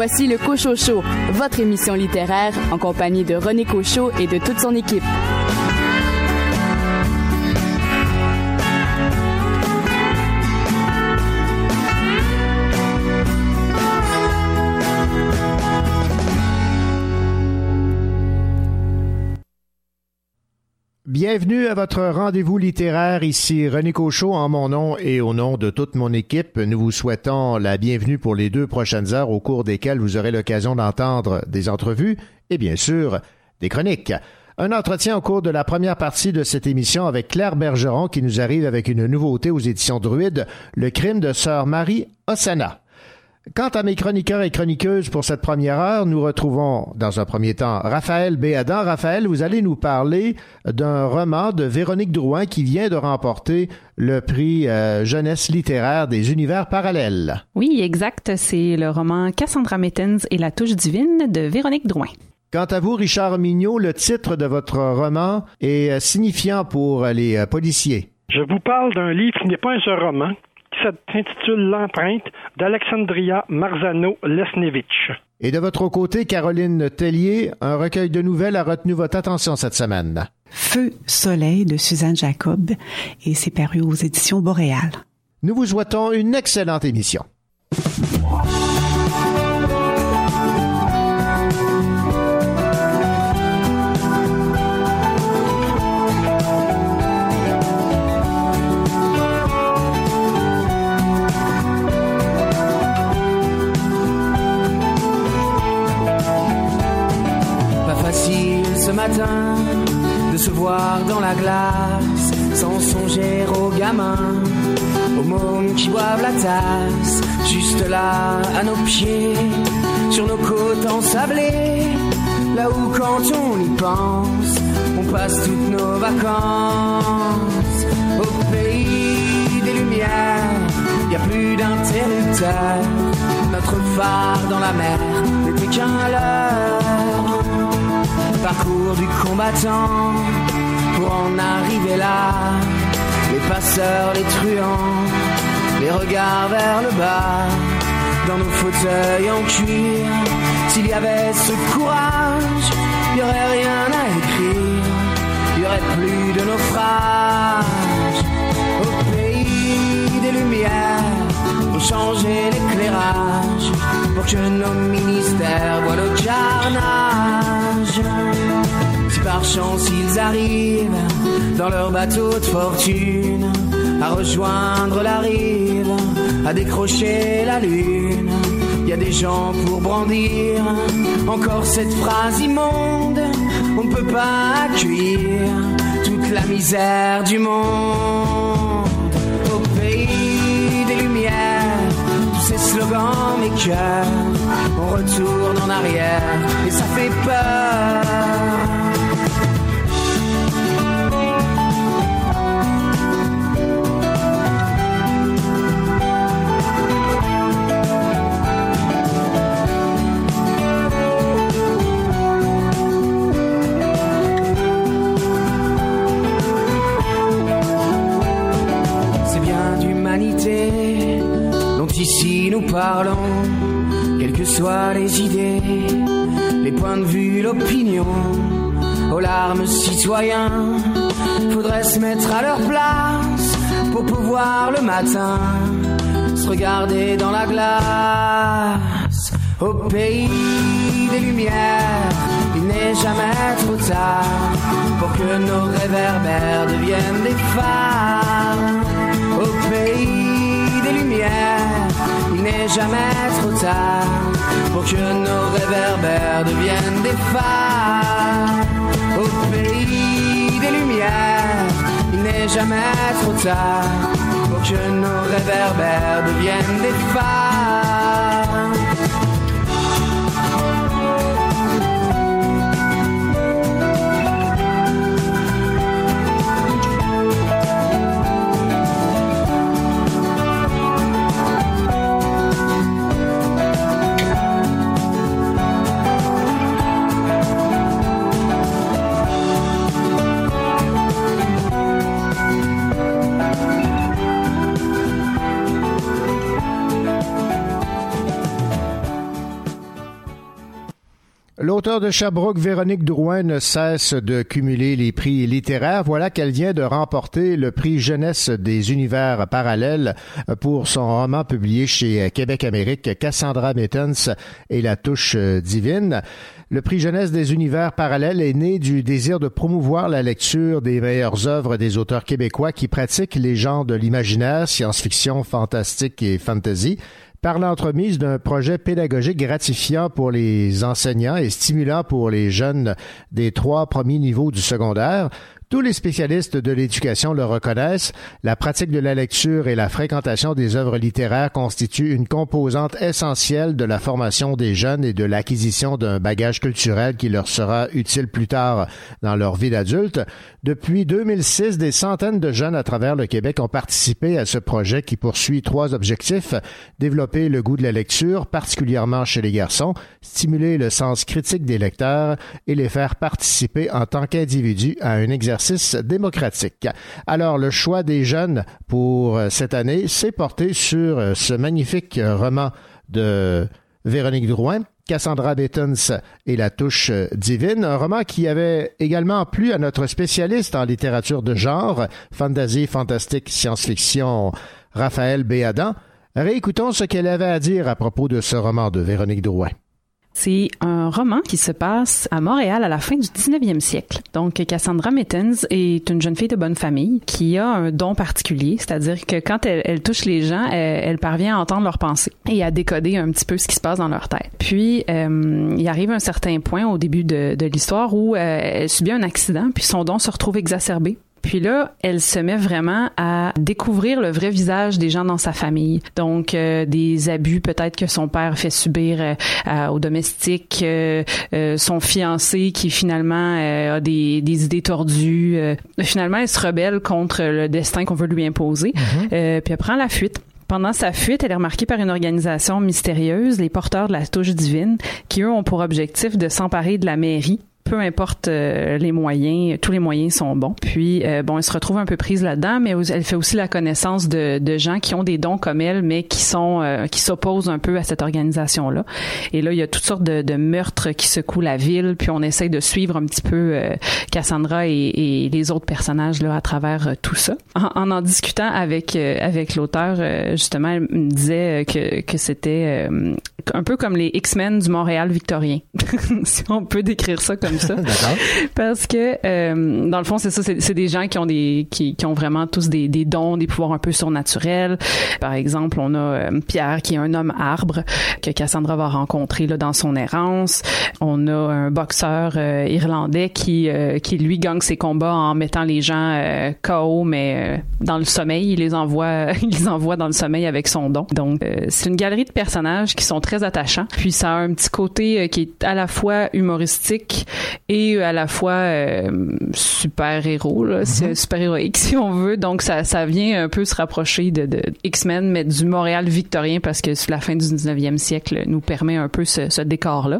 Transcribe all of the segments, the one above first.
Voici le Cochot Show, votre émission littéraire en compagnie de René Cochot et de toute son équipe. Bienvenue à votre rendez-vous littéraire, ici René Cochot en mon nom et au nom de toute mon équipe. Nous vous souhaitons la bienvenue pour les 2 prochaines heures au cours desquelles vous aurez l'occasion d'entendre des entrevues et bien sûr des chroniques. Un entretien au cours de la première partie de cette émission avec Claire Bergeron qui nous arrive avec une nouveauté aux éditions Druide, Le crime de Sœur Marie Ossana. Quant à mes chroniqueurs et chroniqueuses pour cette première heure, nous retrouvons dans un premier temps Raphaël Béadan. Raphaël, vous allez nous parler d'un roman de Véronique Drouin qui vient de remporter le prix jeunesse littéraire des univers parallèles. Oui, exact. C'est le roman Cassandra Mittens et la touche divine de Véronique Drouin. Quant à vous, Richard Mignot, le titre de votre roman est signifiant pour les policiers. Je vous parle d'un livre qui n'est pas un seul roman, qui s'intitule L'empreinte d'Alexandria Marzano-Lesnevich. Et de votre côté, Caroline Tellier, un recueil de nouvelles a retenu votre attention cette semaine. Feu, soleil de Suzanne Jacob, et c'est paru aux éditions Boréal. Nous vous souhaitons une excellente émission. Ce matin, de se voir dans la glace, sans songer aux gamins, aux mômes qui boivent la tasse, juste là, à nos pieds, sur nos côtes ensablées, là où quand on y pense, on passe toutes nos vacances. Au pays des lumières, y a plus d'interrupteur, notre phare dans la mer n'était qu'un leurre. Parcours du combattant pour en arriver là, les passeurs, les truands, les regards vers le bas, dans nos fauteuils en cuir. S'il y avait ce courage, il y aurait rien à écrire, il y aurait plus de naufrage. Au pays des lumières, pour changer l'éclairage, pour que nos ministères voient le carnage. Si par chance ils arrivent dans leur bateau de fortune à rejoindre la rive, à décrocher la lune, y a des gens pour brandir encore cette phrase immonde: on ne peut pas accueillir toute la misère du monde. Au pays des lumières, tous ces slogans m'écœurent, on retourne en arrière et ça fait peur. Dont ici nous parlons, quelles que soient les idées, les points de vue, l'opinion, aux larmes citoyens, faudrait se mettre à leur place pour pouvoir le matin se regarder dans la glace. Au pays des lumières, il n'est jamais trop tard pour que nos réverbères deviennent des phares. Au pays des lumières, il n'est jamais trop tard pour que nos réverbères deviennent des phares. Au pays des lumières, il n'est jamais trop tard pour que nos réverbères deviennent des phares. L'auteure de Sherbrooke, Véronique Drouin, ne cesse de cumuler les prix littéraires. Voilà qu'elle vient de remporter le prix Jeunesse des univers parallèles pour son roman publié chez Québec Amérique, Cassandra Mittens et la touche divine. Le prix Jeunesse des univers parallèles est né du désir de promouvoir la lecture des meilleures œuvres des auteurs québécois qui pratiquent les genres de l'imaginaire, science-fiction, fantastique et fantasy, par l'entremise d'un projet pédagogique gratifiant pour les enseignants et stimulant pour les jeunes des 3 premiers niveaux du secondaire. Tous les spécialistes de l'éducation le reconnaissent. La pratique de la lecture et la fréquentation des œuvres littéraires constituent une composante essentielle de la formation des jeunes et de l'acquisition d'un bagage culturel qui leur sera utile plus tard dans leur vie d'adulte. Depuis 2006, des centaines de jeunes à travers le Québec ont participé à ce projet qui poursuit 3 objectifs. Développer le goût de la lecture, particulièrement chez les garçons, stimuler le sens critique des lecteurs et les faire participer en tant qu'individus à un exercice démocratique. Alors, le choix des jeunes pour cette année s'est porté sur ce magnifique roman de Véronique Drouin, Cassandra Mittens et la touche divine, un roman qui avait également plu à notre spécialiste en littérature de genre, fantasy, fantastique, science-fiction, Raphaël Béadan. Réécoutons ce qu'elle avait à dire à propos de ce roman de Véronique Drouin. C'est un roman qui se passe à Montréal à la fin du 19e siècle. Donc, Cassandra Mittens est une jeune fille de bonne famille qui a un don particulier, c'est-à-dire que quand elle touche les gens, elle parvient à entendre leurs pensées et à décoder un petit peu ce qui se passe dans leur tête. Puis, il arrive un certain point au début de l'histoire où elle subit un accident, puis son don se retrouve exacerbé. Puis là, elle se met vraiment à découvrir le vrai visage des gens dans sa famille. Donc, des abus peut-être que son père fait subir aux domestiques, son fiancé qui finalement a des idées tordues. Finalement, elle se rebelle contre le destin qu'on veut lui imposer. Puis elle prend la fuite. Pendant sa fuite, elle est remarquée par une organisation mystérieuse, les porteurs de la touche divine, qui eux ont pour objectif de s'emparer de la mairie. Peu importe les moyens, tous les moyens sont bons. Puis, elle se retrouve un peu prise là-dedans, mais elle fait aussi la connaissance de gens qui ont des dons comme elle, mais qui s'opposent un peu à cette organisation-là. Et là, il y a toutes sortes de meurtres qui secouent la ville, puis on essaye de suivre un petit peu Cassandra et les autres personnages là à travers tout ça. En discutant avec l'auteur, justement, elle me disait que c'était un peu comme les X-Men du Montréal victorien, si on peut décrire ça comme ça. D'accord. Parce que dans le fond, c'est ça, c'est des gens qui ont qui ont vraiment tous des dons, des pouvoirs un peu surnaturels. Par exemple, on a Pierre qui est un homme arbre que Cassandra va rencontrer là dans son errance. On a un boxeur irlandais qui lui gagne ses combats en mettant les gens KO, mais dans le sommeil, il les envoie dans le sommeil avec son don. Donc c'est une galerie de personnages qui sont très attachants. Puis ça a un petit côté qui est à la fois humoristique et à la fois super-héros, là, super-héroïque si on veut. Donc ça vient un peu se rapprocher de X-Men, mais du Montréal victorien parce que la fin du 19e siècle nous permet un peu ce décor-là.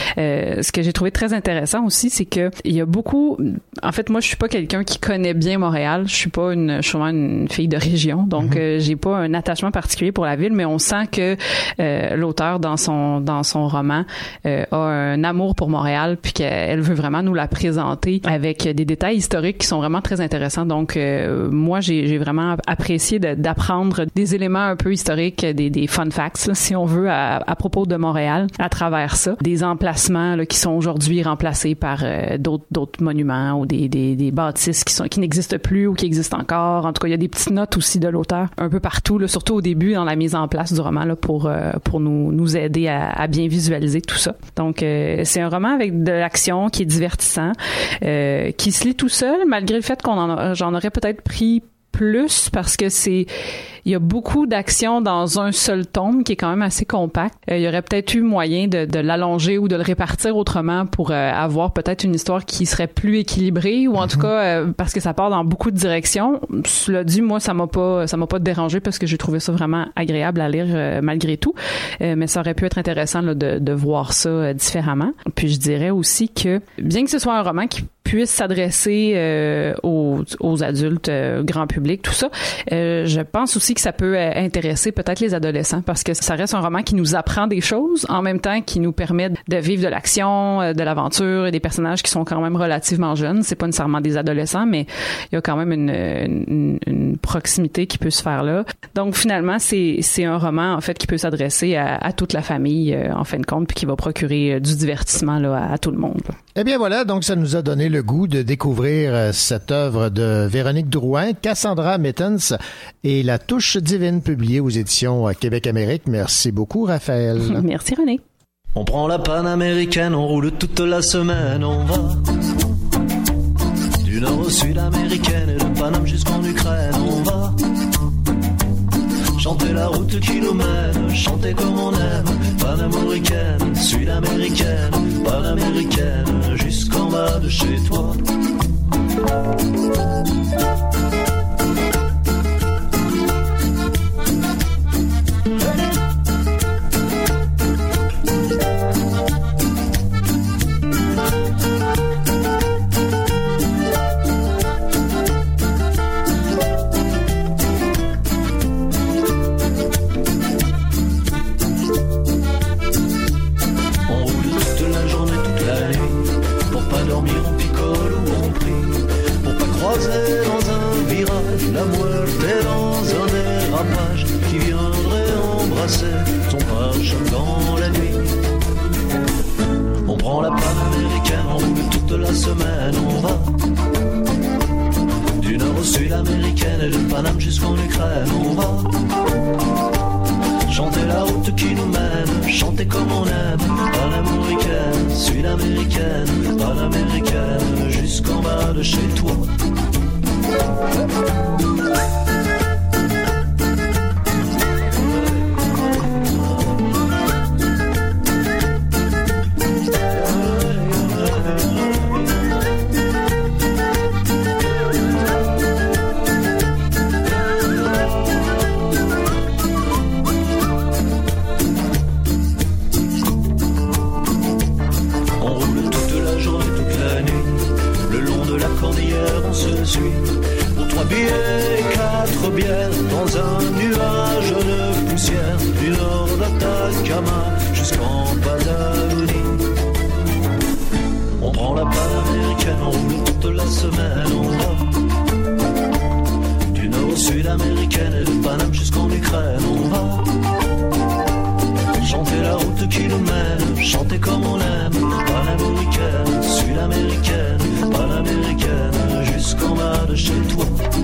Ce que j'ai trouvé très intéressant aussi, c'est que il y a beaucoup... En fait, moi, je suis pas quelqu'un qui connaît bien Montréal. Je suis vraiment une fille de région, donc j'ai pas un attachement particulier pour la ville, mais on sent que l'auteur dans son roman a un amour pour Montréal, puis qu'elle veut vraiment nous la présenter avec des détails historiques qui sont vraiment très intéressants. Donc moi j'ai vraiment apprécié d'apprendre des éléments un peu historiques, des fun facts là, si on veut à propos de Montréal à travers ça, des emplacements là, qui sont aujourd'hui remplacés par d'autres monuments ou des bâtisses qui n'existent plus ou qui existent encore. En tout cas, il y a des petites notes aussi de l'auteur un peu partout là, surtout au début dans la mise en place du roman là, pour nous aider à bien visualiser tout ça. Donc c'est un roman avec de l'action qui est divertissant, qui se lit tout seul malgré le fait j'en aurais peut-être pris plus parce que il y a beaucoup d'action dans un seul tome qui est quand même assez compact. Il y aurait peut-être eu moyen de l'allonger ou de le répartir autrement pour avoir peut-être une histoire qui serait plus équilibrée ou en tout cas parce que ça part dans beaucoup de directions. Cela dit, moi ça m'a pas dérangé parce que j'ai trouvé ça vraiment agréable à lire malgré tout. Mais ça aurait pu être intéressant là, de voir ça différemment. Puis je dirais aussi que bien que ce soit un roman qui puisse s'adresser aux adultes, grand public, tout ça, je pense aussi que que ça peut intéresser peut-être les adolescents parce que ça reste un roman qui nous apprend des choses en même temps qui nous permet de vivre de l'action, de l'aventure et des personnages qui sont quand même relativement jeunes. C'est pas nécessairement des adolescents, mais il y a quand même une proximité qui peut se faire là. Donc finalement, c'est un roman en fait qui peut s'adresser à toute la famille en fin de compte puis qui va procurer du divertissement là, à tout le monde. Eh bien voilà, donc ça nous a donné le goût de découvrir cette œuvre de Véronique Drouin, Cassandra Mittens et La touche divine, publiée aux éditions Québec-Amérique. Merci beaucoup, Raphaël. Merci, René. On prend la panaméricaine, on roule toute la semaine, on va du nord au sud américaine et de Paname jusqu'en Ukraine, on va chanter la route qui nous mène, chanter comme on aime, panaméricaine, sud-américaine, panaméricaine, jusqu'en bas de chez toi. Dans un virage, la muerte dans un dérapage qui viendrait embrasser son pare-choc dans la nuit. On prend la panaméricaine, on roule toute la semaine, on va du nord au sud américaine et de Paname jusqu'en Ukraine, on va chanter la route qui nous mène, chanter comme on aime, panaméricaine, sud-américaine, panaméricaine, jusqu'en bas de chez toi. On se suit pour 3 billets et 4 bières dans un nuage de poussière du nord d'Atacama jusqu'en Patagonie. On prend la panaméricaine, on roule toute la semaine, on va du nord au sud américaine et de Paname jusqu'en Ukraine, on va chanter la route qui nous mène, chanter comme on aime, panaméricaine, sud-américaine, panaméricaine, jusqu'en bas de chez toi.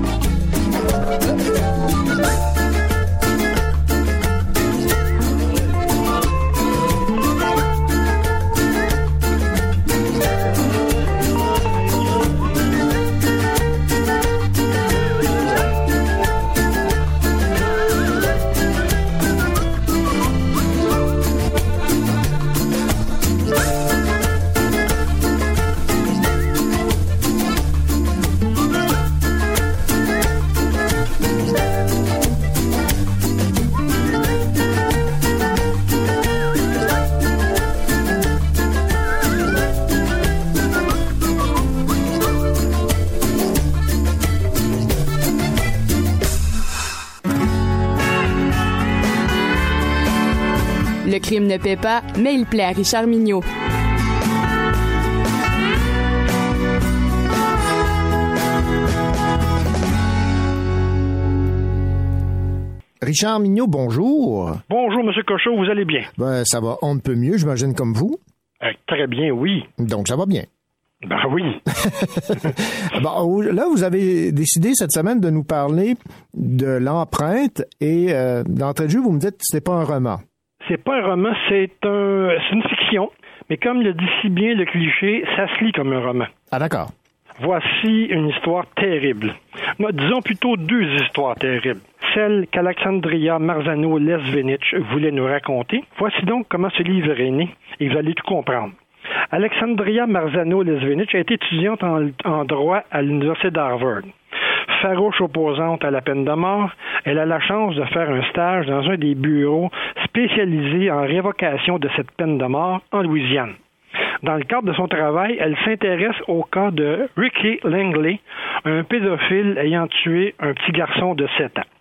Le crime ne paie pas, mais il plaît à Richard Mignot. Richard Mignot, bonjour. Bonjour, M. Cochot, vous allez bien? Ben, ça va on ne peut mieux, j'imagine, comme vous. Très bien, oui. Donc, ça va bien. Ben oui. Bon, là, vous avez décidé cette semaine de nous parler de l'empreinte et d'entrée de jeu, vous me dites que c'était pas un roman. C'est pas un roman, c'est une fiction. Mais comme le dit si bien le cliché, ça se lit comme un roman. Ah, d'accord. Voici une histoire terrible. Disons plutôt 2 histoires terribles. Celle qu'Alexandria Marzano-Lesvenich voulait nous raconter. Voici donc comment ce livre est né, et vous allez tout comprendre. Alexandria Marzano-Lesvenich est étudiante en droit à l'Université d'Harvard. Farouche opposante à la peine de mort, elle a la chance de faire un stage dans un des bureaux spécialisés en révocation de cette peine de mort en Louisiane. Dans le cadre de son travail, elle s'intéresse au cas de Ricky Langley, un pédophile ayant tué un petit garçon de 7 ans.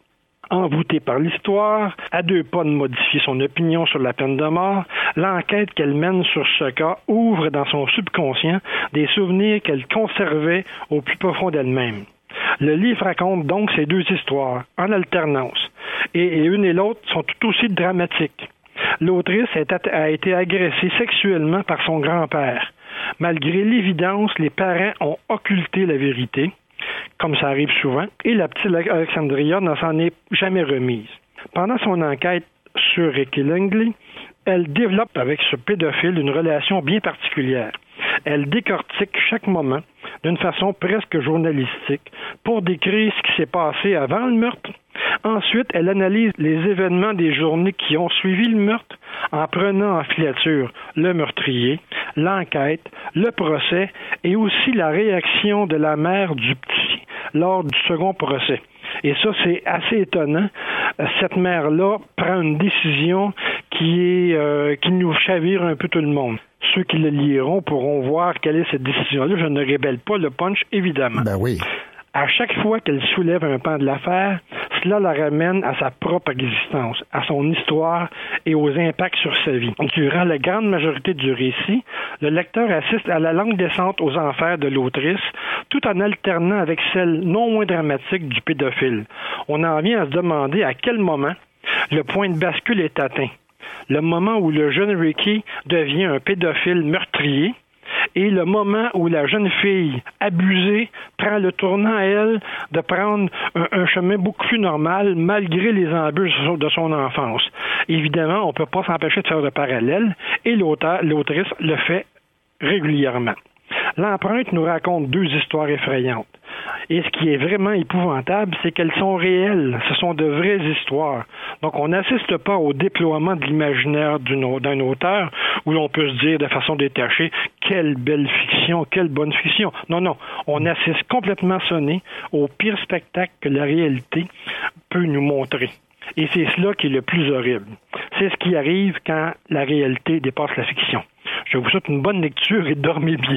Envoûtée par l'histoire, à 2 pas de modifier son opinion sur la peine de mort, l'enquête qu'elle mène sur ce cas ouvre dans son subconscient des souvenirs qu'elle conservait au plus profond d'elle-même. Le livre raconte donc ces 2 histoires, en alternance, et une et l'autre sont tout aussi dramatiques. L'autrice a été agressée sexuellement par son grand-père. Malgré l'évidence, les parents ont occulté la vérité, comme ça arrive souvent, et la petite Alexandria ne s'en est jamais remise. Pendant son enquête sur Ricky Langley, elle développe avec ce pédophile une relation bien particulière. Elle décortique chaque moment d'une façon presque journalistique pour décrire ce qui s'est passé avant le meurtre. Ensuite, elle analyse les événements des journées qui ont suivi le meurtre en prenant en filature le meurtrier, l'enquête, le procès et aussi la réaction de la mère du petit lors du second procès. Et ça, c'est assez étonnant. Cette mère-là prend une décision qui nous chavire un peu tout le monde. Ceux qui le liront pourront voir quelle est cette décision-là. Je ne révèle pas le punch, évidemment. Ben oui. À chaque fois qu'elle soulève un pan de l'affaire, cela la ramène à sa propre existence, à son histoire et aux impacts sur sa vie. Durant la grande majorité du récit, le lecteur assiste à la longue descente aux enfers de l'autrice, tout en alternant avec celle non moins dramatique du pédophile. On en vient à se demander à quel moment le point de bascule est atteint. Le moment où le jeune Ricky devient un pédophile meurtrier, et le moment où la jeune fille abusée prend le tournant à elle de prendre un chemin beaucoup plus normal malgré les embûches de son enfance. Évidemment, on ne peut pas s'empêcher de faire de parallèles et l'autrice le fait régulièrement. L'empreinte nous raconte 2 histoires effrayantes. Et ce qui est vraiment épouvantable, c'est qu'elles sont réelles. Ce sont de vraies histoires. Donc, on n'assiste pas au déploiement de l'imaginaire d'un auteur où l'on peut se dire de façon détachée « Quelle belle fiction, quelle bonne fiction ». Non. On assiste complètement sonné au pire spectacle que la réalité peut nous montrer. Et c'est cela qui est le plus horrible. C'est ce qui arrive quand la réalité dépasse la fiction. Je vous souhaite une bonne lecture et dormez bien.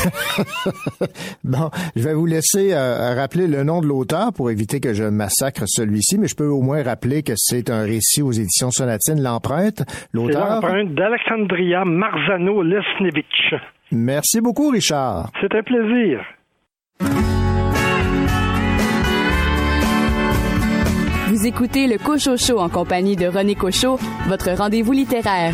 Bon, je vais vous laisser rappeler le nom de l'auteur pour éviter que je massacre celui-ci, mais je peux au moins rappeler que c'est un récit aux éditions Sonatine, L'Empreinte. L'auteur? C'est L'Empreinte d'Alexandria Marzano-Lesnevich. Merci beaucoup, Richard. C'est un plaisir. Vous écoutez le Cochot Show en compagnie de René Cochot, votre rendez-vous littéraire.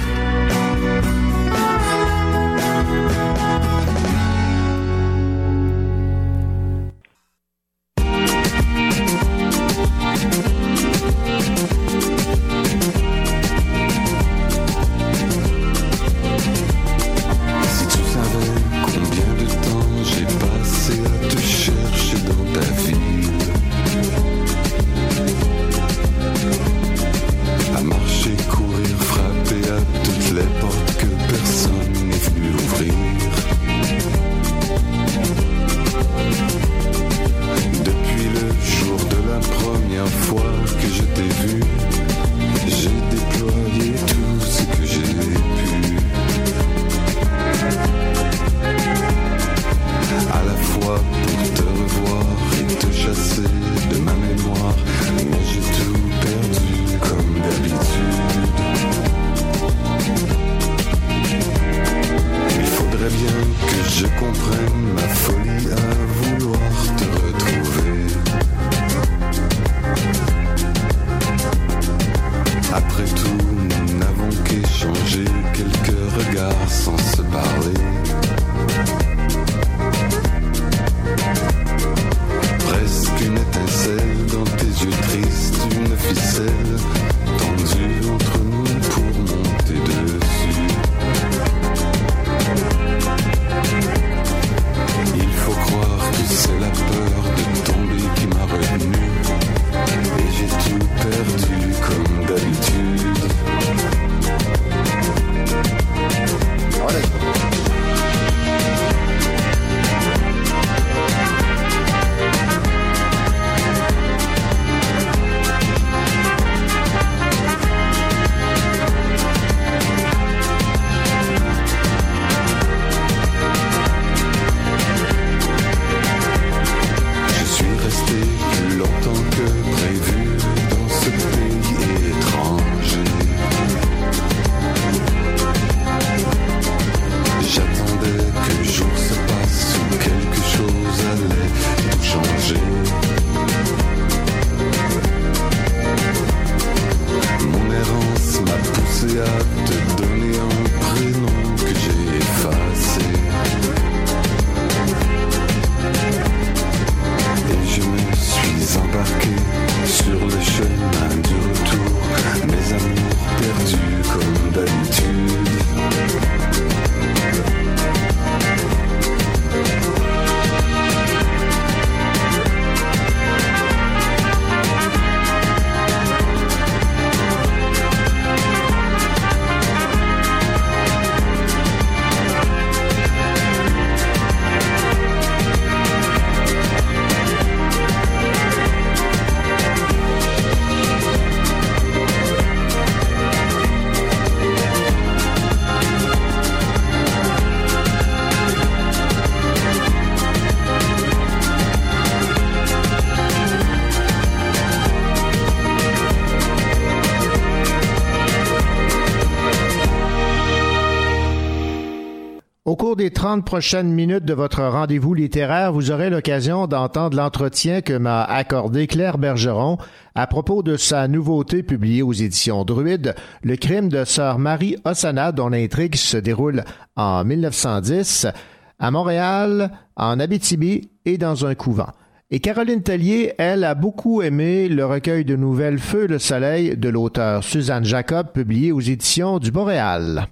C'est la peur cours des 30 prochaines minutes de votre rendez-vous littéraire, vous aurez l'occasion d'entendre l'entretien que m'a accordé Claire Bergeron à propos de sa nouveauté publiée aux éditions Druide, Le crime de sœur Marie Ossana, dont l'intrigue se déroule en 1910, à Montréal, en Abitibi et dans un couvent. Et Caroline Tellier, elle, a beaucoup aimé le recueil de nouvelles Feu le soleil de l'auteur Suzanne Jacob, publié aux éditions du Boréal.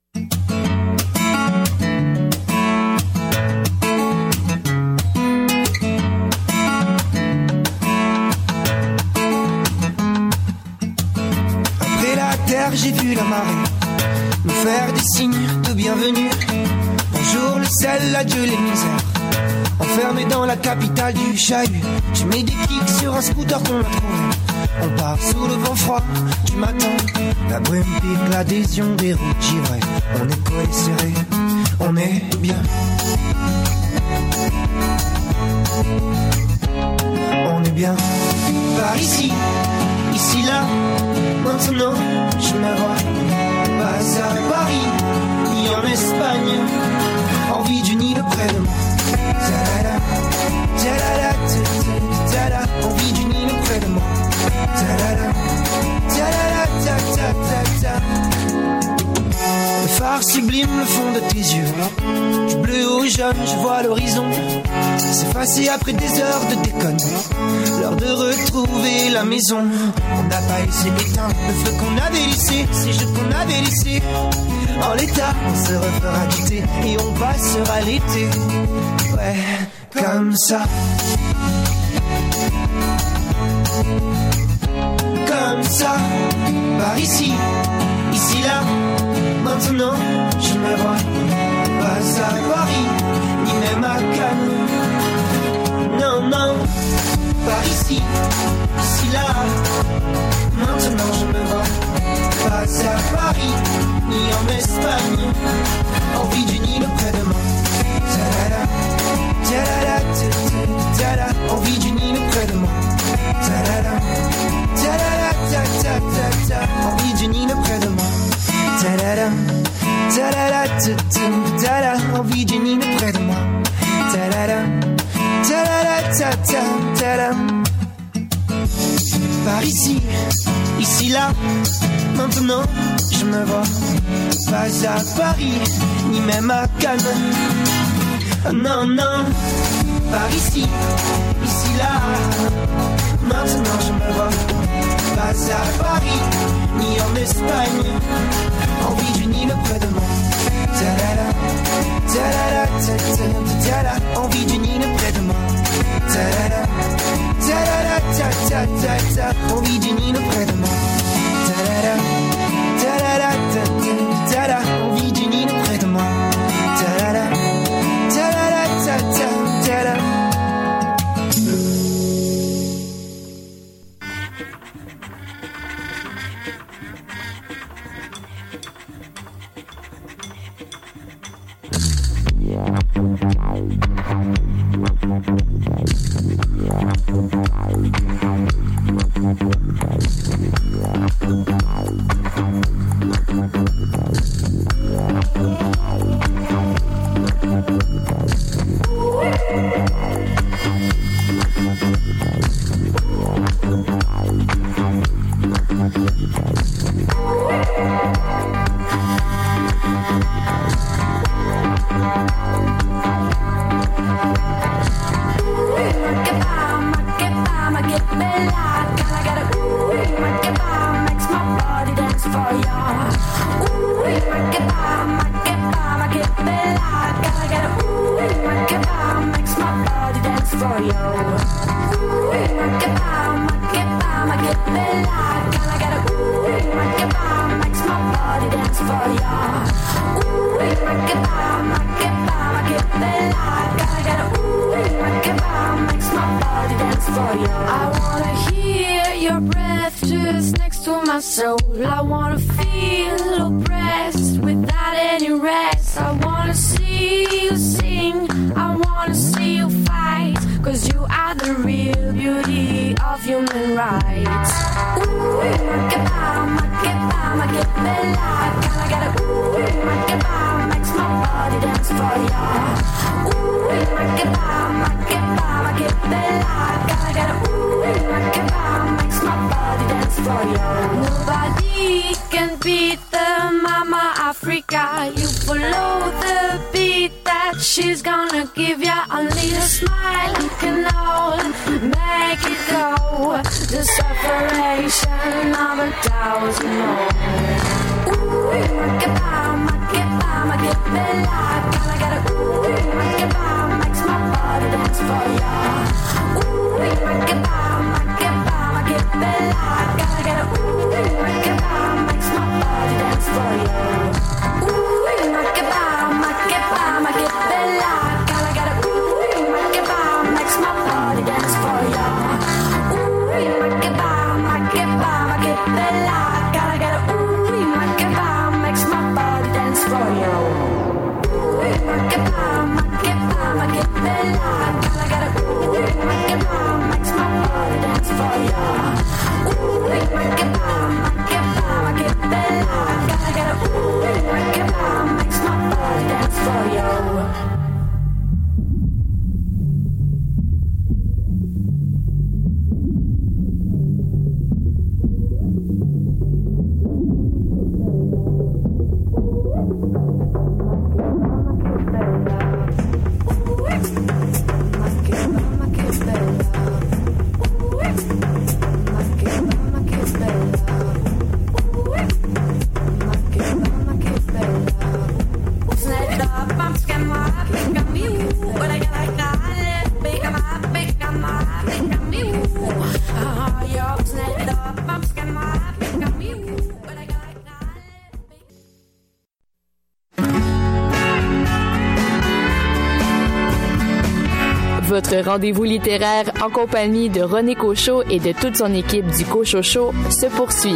Après la terre, j'ai vu la marée nous faire des signes de bienvenue. Bonjour le sel, adieu les misères. Enfermé dans la capitale du chahut, j'ai mis des kicks sur un scooter qu'on a trouvé. On part sous le vent froid du matin. La brume pique l'adhésion des routes givrées. On est collés serrés, on est bien. On est bien. Par ici, ici là, maintenant je me vois. Pas à Paris, ni en Espagne. Envie d'une île près de moi. Envie d'une île près de moi. Le phare sublime le fond de tes yeux. Du bleu au jaune, je vois l'horizon s'effacer après des heures de déconne. L'heure de retrouver la maison. On n'a pas laissé éteindre le feu qu'on avait laissé, ces jeux qu'on avait laissés. En l'état, on se refera quitter et on passera l'été. Ouais, comme ça. Comme ça, par ici, ici là, maintenant je me vois. Pas à Paris, ni même à Cannes. Non, non, par ici, ici là, maintenant je me vois. Pas à Paris, ni en Espagne. Envie d'une île près de moi. Envie d'une île près de moi. Envie d'une île près de moi. Envie d'une île près de moi. Par ici, ici là, maintenant je me vois. Pas à Paris, ni même à Cannes. Non, non, par ici, ici là, maintenant je me vois. Pas à Paris, ni en Espagne. Envie d'une île près de moi. Envie d'une île près de moi. Envie d'une île près de moi. Envie d'une île près de moi. Makes my body dance for for ya. Ooh, make it bella. Gotta get a ooh, make it makes my body dance for ya. Nobody can beat the Mama Africa. You follow the beat that she's gonna give ya. Only a smile can all make it go. The separation of 1,000 more. Ooh, make it bella. Gotta get a ooh, make it makes my body dance for ya. Ooh, make it bella. Gotta get a ooh, make it makes my body dance for ya. Ooh, make it bella. Gotta get a ooh, make it makes my body dance for ya. Ooh, make it bella. Gotta get a ooh, make it makes my body dance for ya. Ooh, make it bella. Gotta get a ooh, make it makes my body dance for ya. Ooh, make it bella. Gotta get a ooh, make it makes my body dance for ya. Votre rendez-vous littéraire en compagnie de René Cochot et de toute son équipe du Cochot Show se poursuit.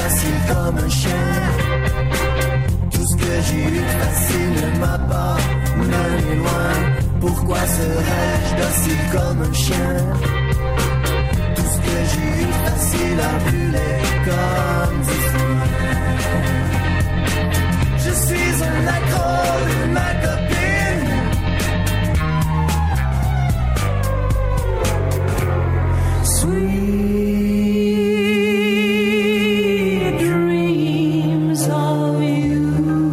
Tout ce que j'ai eu de facile ne m'a pas mené loin. Pourquoi serais-je docile comme un chien? Tout ce que j'ai eu facile à brûler comme du foin. Je suis un accro de ma copine. Sweet dreams of you.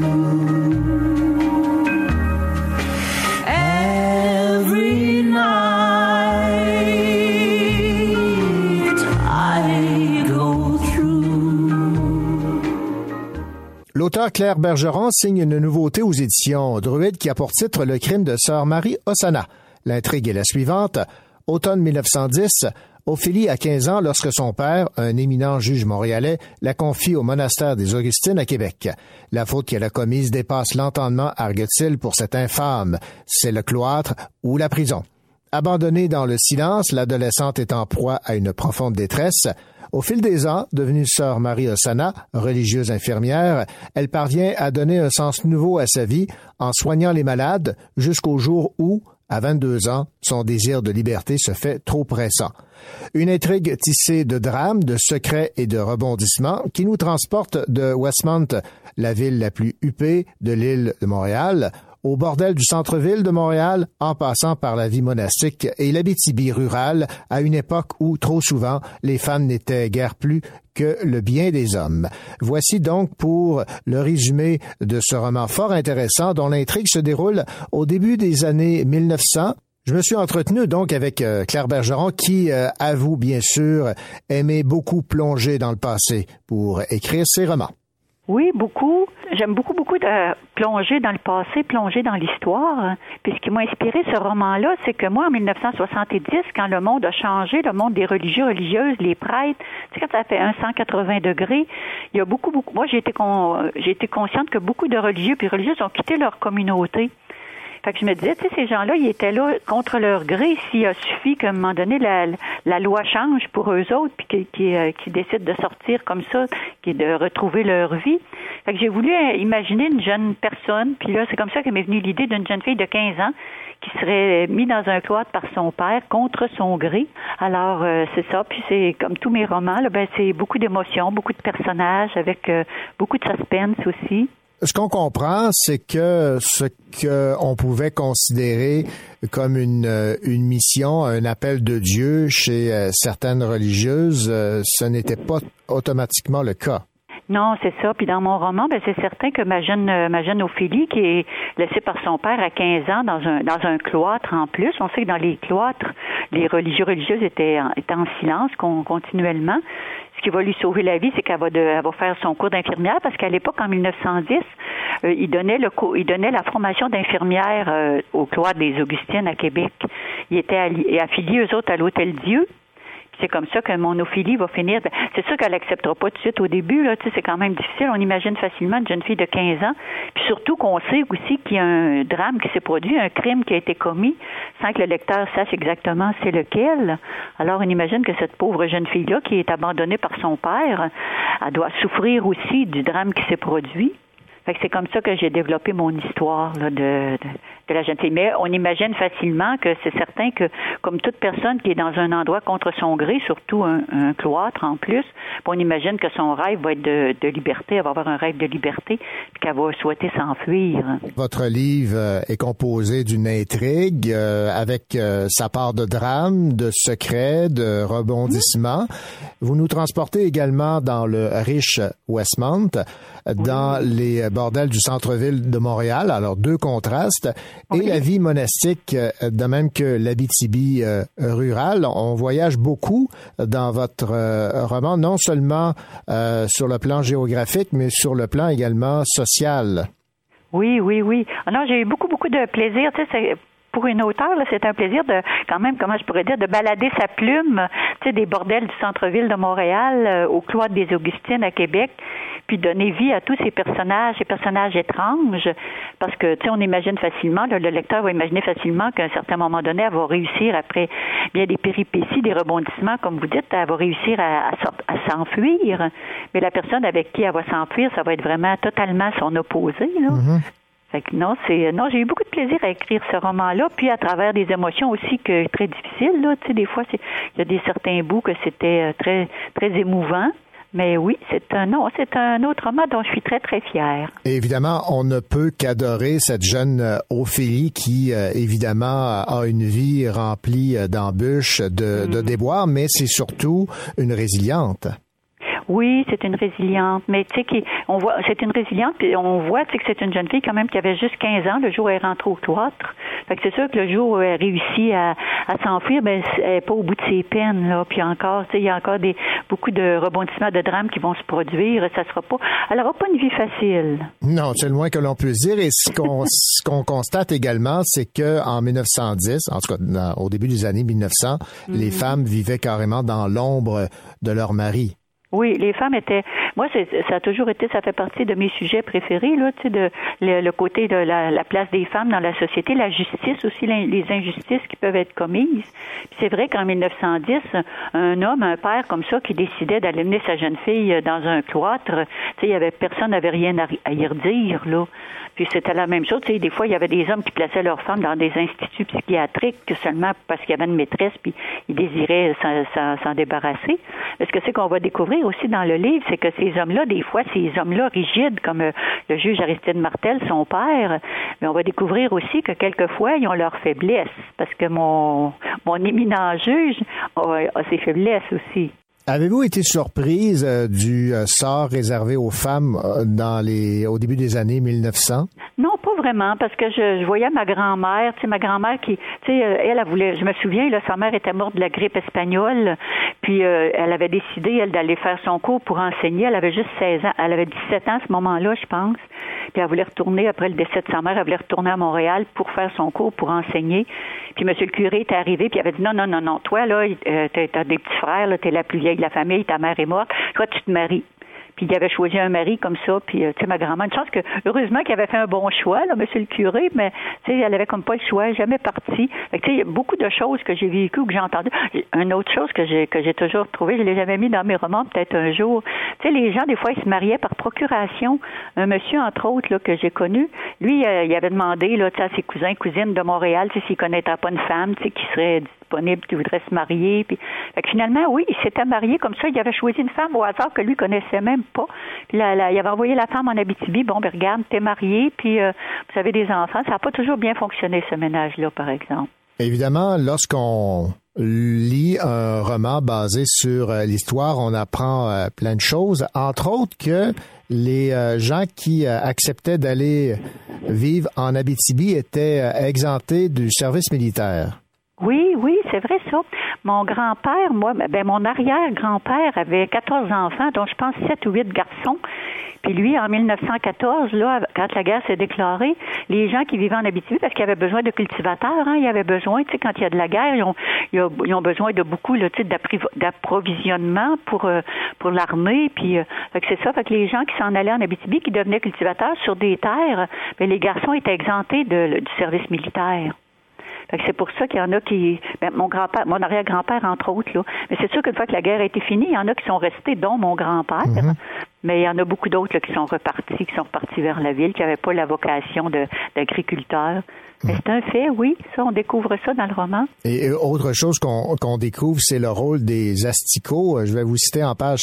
Every night I go through. L'auteur Claire Bergeron signe une nouveauté aux éditions Druide qui a pour titre Le crime de Sœur Marie Ossana. L'intrigue est la suivante. Automne 1910, Ophélie a 15 ans lorsque son père, un éminent juge montréalais, la confie au monastère des Augustines à Québec. La faute qu'elle a commise dépasse l'entendement, argue-t-il, pour cet infâme. C'est le cloître ou la prison. Abandonnée dans le silence, l'adolescente est en proie à une profonde détresse. Au fil des ans, devenue sœur Marie Ossana, religieuse infirmière, elle parvient à donner un sens nouveau à sa vie en soignant les malades jusqu'au jour où, à 22 ans, son désir de liberté se fait trop pressant. Une intrigue tissée de drames, de secrets et de rebondissements qui nous transporte de Westmount, la ville la plus huppée de l'île de Montréal, au bordel du centre-ville de Montréal, en passant par la vie monastique et l'Abitibi rurale, à une époque où, trop souvent, les femmes n'étaient guère plus que le bien des hommes. Voici donc pour le résumé de ce roman fort intéressant dont l'intrigue se déroule au début des années 1900. Je me suis entretenu donc avec Claire Bergeron qui avoue bien sûr aimer beaucoup plonger dans le passé pour écrire ses romans. Oui, beaucoup. J'aime beaucoup de plonger dans le passé, plonger dans l'histoire. Puis ce qui m'a inspiré ce roman-là, c'est que moi, en 1970, quand le monde a changé, le monde des religieux, religieuses, les prêtres, tu sais, quand ça fait 180 degrés, il y a beaucoup. Moi, j'ai été consciente que beaucoup de religieux puis religieuses ont quitté leur communauté. Fait que je me disais, tu sais, ces gens-là, ils étaient là contre leur gré. S'il a suffi qu'à un moment donné, la loi change pour eux autres, puis qu'ils décident de sortir comme ça, de retrouver leur vie. Fait que j'ai voulu imaginer une jeune personne, puis là, c'est comme ça que m'est venue l'idée d'une jeune fille de 15 ans qui serait mise dans un cloître par son père contre son gré. Alors, c'est ça. Puis c'est comme tous mes romans, là, ben c'est beaucoup d'émotions, beaucoup de personnages, avec beaucoup de suspense aussi. Ce qu'on comprend, c'est que ce qu'on pouvait considérer comme une mission, un appel de Dieu chez certaines religieuses, ce n'était pas automatiquement le cas. Non, c'est ça. Puis dans mon roman, ben c'est certain que ma jeune Ophélie, qui est laissée par son père à 15 ans dans un cloître en plus. On sait que dans les cloîtres, les religieuses étaient en silence continuellement. Ce qui va lui sauver la vie, c'est qu'elle va faire son cours d'infirmière, parce qu'à l'époque, en 1910, il donnait la formation d'infirmière au cloître des Augustines à Québec. Il était affilié, eux autres, à l'Hôtel Dieu. C'est comme ça que mon Ophélie va finir. C'est sûr qu'elle n'acceptera pas tout de suite au début. Là, c'est quand même difficile. On imagine facilement une jeune fille de 15 ans. Puis surtout qu'on sait aussi qu'il y a un drame qui s'est produit, un crime qui a été commis, sans que le lecteur sache exactement c'est lequel. Alors on imagine que cette pauvre jeune fille-là, qui est abandonnée par son père, elle doit souffrir aussi du drame qui s'est produit. Fait que c'est comme ça que j'ai développé mon histoire là, de la jeune fille. Mais on imagine facilement que c'est certain que, comme toute personne qui est dans un endroit contre son gré, surtout un cloître en plus, on imagine que son rêve va être de liberté, elle va avoir un rêve de liberté, puis qu'elle va souhaiter s'enfuir. Votre livre est composé d'une intrigue avec sa part de drame, de secret, de rebondissement. Vous nous transportez également dans le riche Westmount, dans les bordels du centre-ville de Montréal, alors deux contrastes, et la vie monastique, de même que l'Abitibi rurale. On voyage beaucoup dans votre roman, non seulement sur le plan géographique, mais sur le plan également social. Oui. Alors, j'ai eu beaucoup de plaisir, tu sais, pour une auteure, là, c'est un plaisir de, quand même, comment je pourrais dire, de balader sa plume, tu sais, des bordels du centre-ville de Montréal, au cloître des Augustines à Québec, puis donner vie à tous ces personnages étranges, parce que, tu sais, on imagine facilement, le lecteur va imaginer facilement qu'à un certain moment donné, elle va réussir, après bien des péripéties, des rebondissements, comme vous dites, elle va réussir à s'enfuir, mais la personne avec qui elle va s'enfuir, ça va être vraiment totalement son opposé, là. Fait que non, j'ai eu beaucoup de plaisir à écrire ce roman-là, puis à travers des émotions aussi que très difficiles, là. Tu sais, des fois, il y a certains bouts que c'était très, très émouvant. Mais oui, c'est un autre roman dont je suis très, très fière. Et évidemment, on ne peut qu'adorer cette jeune Ophélie qui, évidemment, a une vie remplie d'embûches, de déboires, mais c'est surtout une résiliente. Oui, c'est une résiliente, mais tu sais c'est une résiliente, puis on voit que c'est une jeune fille quand même qui avait juste 15 ans le jour où elle rentre au cloître. Fait que c'est sûr que le jour où elle réussit à s'enfuir, ben elle n'est pas au bout de ses peines là. Puis encore, tu sais, il y a encore beaucoup de rebondissements, de drames qui vont se produire. Elle n'aura pas une vie facile. Non, c'est le moins que l'on puisse dire. Et ce qu'on constate également, c'est que en 1910, en tout cas au début des années 1900, les femmes vivaient carrément dans l'ombre de leur mari. Oui, les femmes étaient. Moi, ça a toujours été, ça fait partie de mes sujets préférés, là, tu sais, le côté de la place des femmes dans la société, la justice aussi, les injustices qui peuvent être commises. Puis c'est vrai qu'en 1910, un homme, un père comme ça, qui décidait d'aller mener sa jeune fille dans un cloître, tu sais, personne n'avait rien à y redire, là. Puis c'était la même chose, tu sais, des fois, il y avait des hommes qui plaçaient leurs femmes dans des instituts psychiatriques seulement parce qu'il y avait une maîtresse, puis ils désiraient s'en débarrasser. Mais ce que c'est qu'on va découvrir aussi dans le livre, c'est que ces hommes-là, des fois, ces hommes-là rigides, comme le juge Aristide Martel, son père, mais on va découvrir aussi que quelquefois, ils ont leurs faiblesses, parce que mon éminent juge a ses faiblesses aussi. Avez-vous été surprise du sort réservé aux femmes au début des années 1900? Non, pas vraiment, parce que je voyais ma grand-mère, tu sais, ma grand-mère qui, tu sais, elle voulait, je me souviens, là, sa mère était morte de la grippe espagnole, puis elle avait décidé, elle, d'aller faire son cours pour enseigner. Elle avait juste 16 ans, elle avait 17 ans à ce moment-là, je pense, puis elle voulait retourner, après le décès de sa mère, elle voulait retourner à Montréal pour faire son cours, pour enseigner. Puis monsieur le curé était arrivé, puis il avait dit non, toi, là, t'as des petits frères, là, t'es la plus vieille de la famille, ta mère est morte, toi, tu te maries. Puis il avait choisi un mari comme ça, puis tu sais, ma grand-mère, une chance que, heureusement qu'il avait fait un bon choix, là, monsieur le curé, mais tu sais, elle avait comme pas le choix, jamais parti. Fait que tu sais, il y a beaucoup de choses que j'ai vécues ou que j'ai entendues. Une autre chose que j'ai toujours trouvée, je l'ai jamais mis dans mes romans, peut-être un jour. Tu sais, les gens, des fois, ils se mariaient par procuration. Un monsieur, entre autres, là, que j'ai connu, lui, il avait demandé, là, tu sais, à ses cousins, cousines de Montréal, tu sais, s'il connaîtrait pas une femme, tu sais, qui serait disponible, qui voudrait se marier. Puis, fait que finalement, oui, il s'était marié comme ça. Il avait choisi une femme au hasard que lui connaissait même pas. Puis là, il avait envoyé la femme en Abitibi. Bon, ben regarde, t'es marié, puis vous avez des enfants. Ça n'a pas toujours bien fonctionné, ce ménage-là, par exemple. Évidemment, lorsqu'on lit un roman basé sur l'histoire, on apprend plein de choses. Entre autres que les gens qui acceptaient d'aller vivre en Abitibi étaient exemptés du service militaire. Oui, c'est vrai ça. Mon grand-père, mon arrière-grand-père avait 14 enfants, dont je pense 7 ou 8 garçons. Puis lui, en 1914, là, quand la guerre s'est déclarée, les gens qui vivaient en Abitibi, parce qu'ils avaient besoin de cultivateurs, ils avaient besoin, tu sais, quand il y a de la guerre, ils ont besoin de beaucoup, là, tu sais, d'approvisionnement pour l'armée. Puis, fait que c'est ça. Fait que les gens qui s'en allaient en Abitibi, qui devenaient cultivateurs sur des terres, ben, les garçons étaient exemptés du service militaire. Fait que c'est pour ça qu'il y en a qui... mon arrière-grand-père, entre autres, là. Mais c'est sûr qu'une fois que la guerre a été finie, il y en a qui sont restés, dont mon grand-père. Mm-hmm. Mais il y en a beaucoup d'autres là, qui sont repartis vers la ville, qui n'avaient pas la vocation d'agriculteur. Mais c'est un fait, oui. Ça, on découvre ça dans le roman. Et autre chose qu'on découvre, c'est le rôle des asticots. Je vais vous citer en page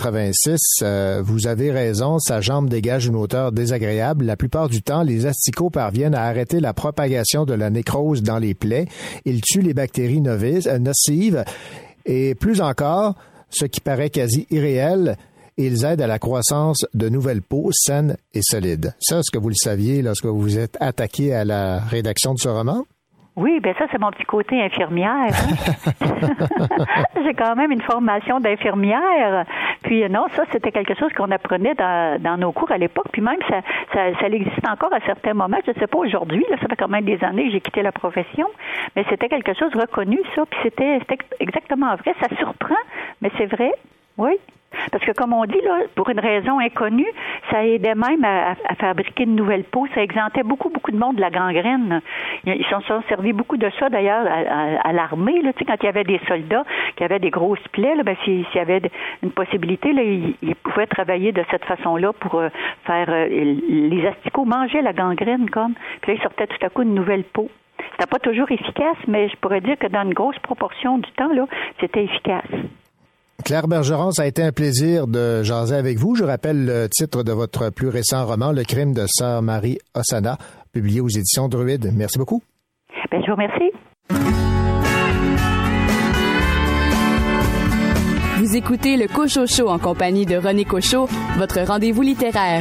186. Vous avez raison, sa jambe dégage une odeur désagréable. La plupart du temps, les asticots parviennent à arrêter la propagation de la nécrose dans les plaies. Ils tuent les bactéries nocives. Et plus encore, ce qui paraît quasi irréel, ils aident à la croissance de nouvelles peaux saines et solides. Ça, est-ce que vous le saviez lorsque vous vous êtes attaqué à la rédaction de ce roman? Oui, ben ça, c'est mon petit côté infirmière. J'ai quand même une formation d'infirmière. Puis non, ça, c'était quelque chose qu'on apprenait dans nos cours à l'époque. Puis même, ça existe encore à certains moments. Je ne sais pas aujourd'hui, là, ça fait quand même des années que j'ai quitté la profession. Mais c'était quelque chose de reconnu, ça. Puis c'était exactement vrai. Ça surprend, mais c'est vrai. Oui. Parce que, comme on dit, là, pour une raison inconnue, ça aidait même à fabriquer de nouvelles peaux. Ça exemptait beaucoup de monde de la gangrène. Ils s'en sont servis beaucoup de ça, d'ailleurs, à l'armée. Là, tu sais, quand il y avait des soldats qui avaient des grosses plaies, là, ben, s'il y avait une possibilité, là, ils pouvaient travailler de cette façon-là pour faire... les asticots mangeaient la gangrène, comme. Puis là, ils sortaient tout à coup une nouvelle peau. C'était pas toujours efficace, mais je pourrais dire que dans une grosse proportion du temps, là, c'était efficace. Claire Bergeron, ça a été un plaisir de jaser avec vous. Je rappelle le titre de votre plus récent roman, Le crime de Sœur Marie Ossana, publié aux éditions Druide. Merci beaucoup. Ben, je vous remercie. Vous écoutez le Cochot Show en compagnie de René Cochot, votre rendez-vous littéraire.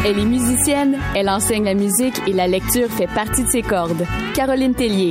Elle est musicienne, elle enseigne la musique et la lecture fait partie de ses cordes. Caroline Tellier.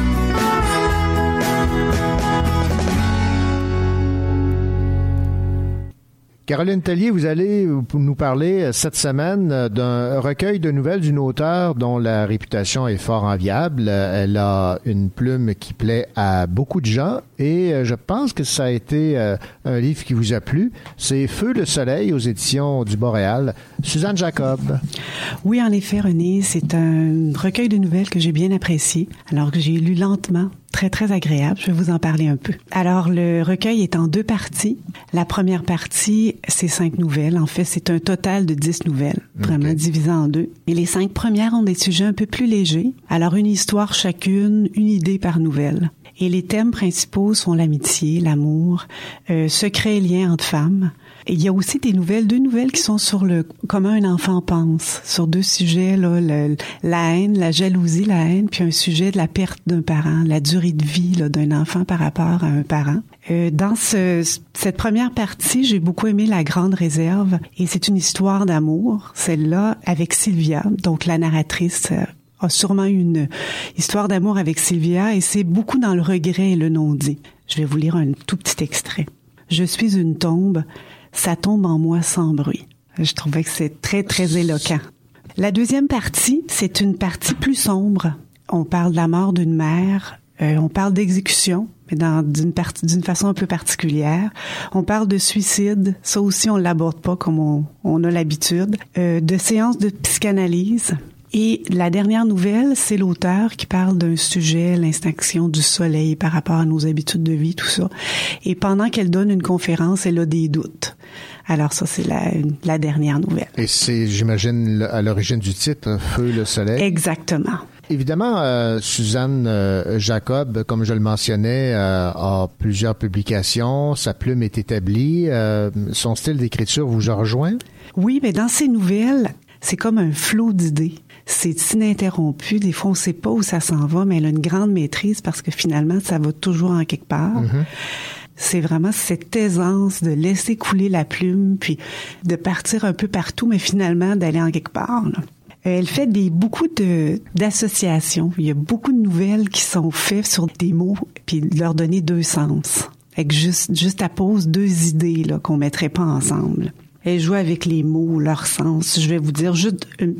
Caroline Tellier, vous allez nous parler cette semaine d'un recueil de nouvelles d'une auteure dont la réputation est fort enviable. Elle a une plume qui plaît à beaucoup de gens et je pense que ça a été un livre qui vous a plu. C'est Feu le soleil aux éditions du Boréal. Suzanne Jacob. Oui, en effet, René, c'est un recueil de nouvelles que j'ai bien apprécié, alors que j'ai lu lentement. Très, très agréable. Je vais vous en parler un peu. Alors, le recueil est en 2 parties. La première partie, c'est 5 nouvelles. En fait, c'est un total de 10 nouvelles, vraiment divisé en 2. Et les 5 premières ont des sujets un peu plus légers. Alors, une histoire chacune, une idée par nouvelle. Et les thèmes principaux sont l'amitié, l'amour, secrets et liens entre femmes. Et il y a aussi deux nouvelles qui sont sur comment un enfant pense, sur 2 sujets, là, la haine, la jalousie, la haine, puis un sujet de la perte d'un parent, la durée de vie là, d'un enfant par rapport à un parent. Dans cette première partie, j'ai beaucoup aimé La Grande Réserve, et c'est une histoire d'amour, celle-là, avec Sylvia, donc la narratrice a sûrement une histoire d'amour avec Sylvia, et c'est beaucoup dans le regret et le non-dit. Je vais vous lire un tout petit extrait. « Je suis une tombe, ça tombe en moi sans bruit. » Je trouvais que c'est très, très éloquent. La deuxième partie, c'est une partie plus sombre. On parle de la mort d'une mère, on parle d'exécution, mais d'une façon un peu particulière. On parle de suicide, ça aussi on l'aborde pas comme on a l'habitude. De séances de psychanalyse. Et la dernière nouvelle, c'est l'auteur qui parle d'un sujet, l'extinction du soleil par rapport à nos habitudes de vie, tout ça. Et pendant qu'elle donne une conférence, elle a des doutes. Alors ça, c'est la dernière nouvelle. Et c'est, j'imagine, à l'origine du titre, Feu le soleil. Exactement. Évidemment, Suzanne Jacob, comme je le mentionnais, a plusieurs publications. Sa plume est établie. Son style d'écriture vous a rejoint? Oui, mais dans ses nouvelles, c'est comme un flot d'idées. C'est ininterrompu. Des fois, on ne sait pas où ça s'en va, mais elle a une grande maîtrise parce que finalement, ça va toujours en quelque part. Mm-hmm. C'est vraiment cette aisance de laisser couler la plume, puis de partir un peu partout, mais finalement d'aller en quelque part, là. Elle fait beaucoup d'associations. Il y a beaucoup de nouvelles qui sont faites sur des mots, puis leur donner 2 sens. Avec juste à pose 2 idées là qu'on mettrait pas ensemble. Elle joue avec les mots, leur sens. Je vais vous dire juste un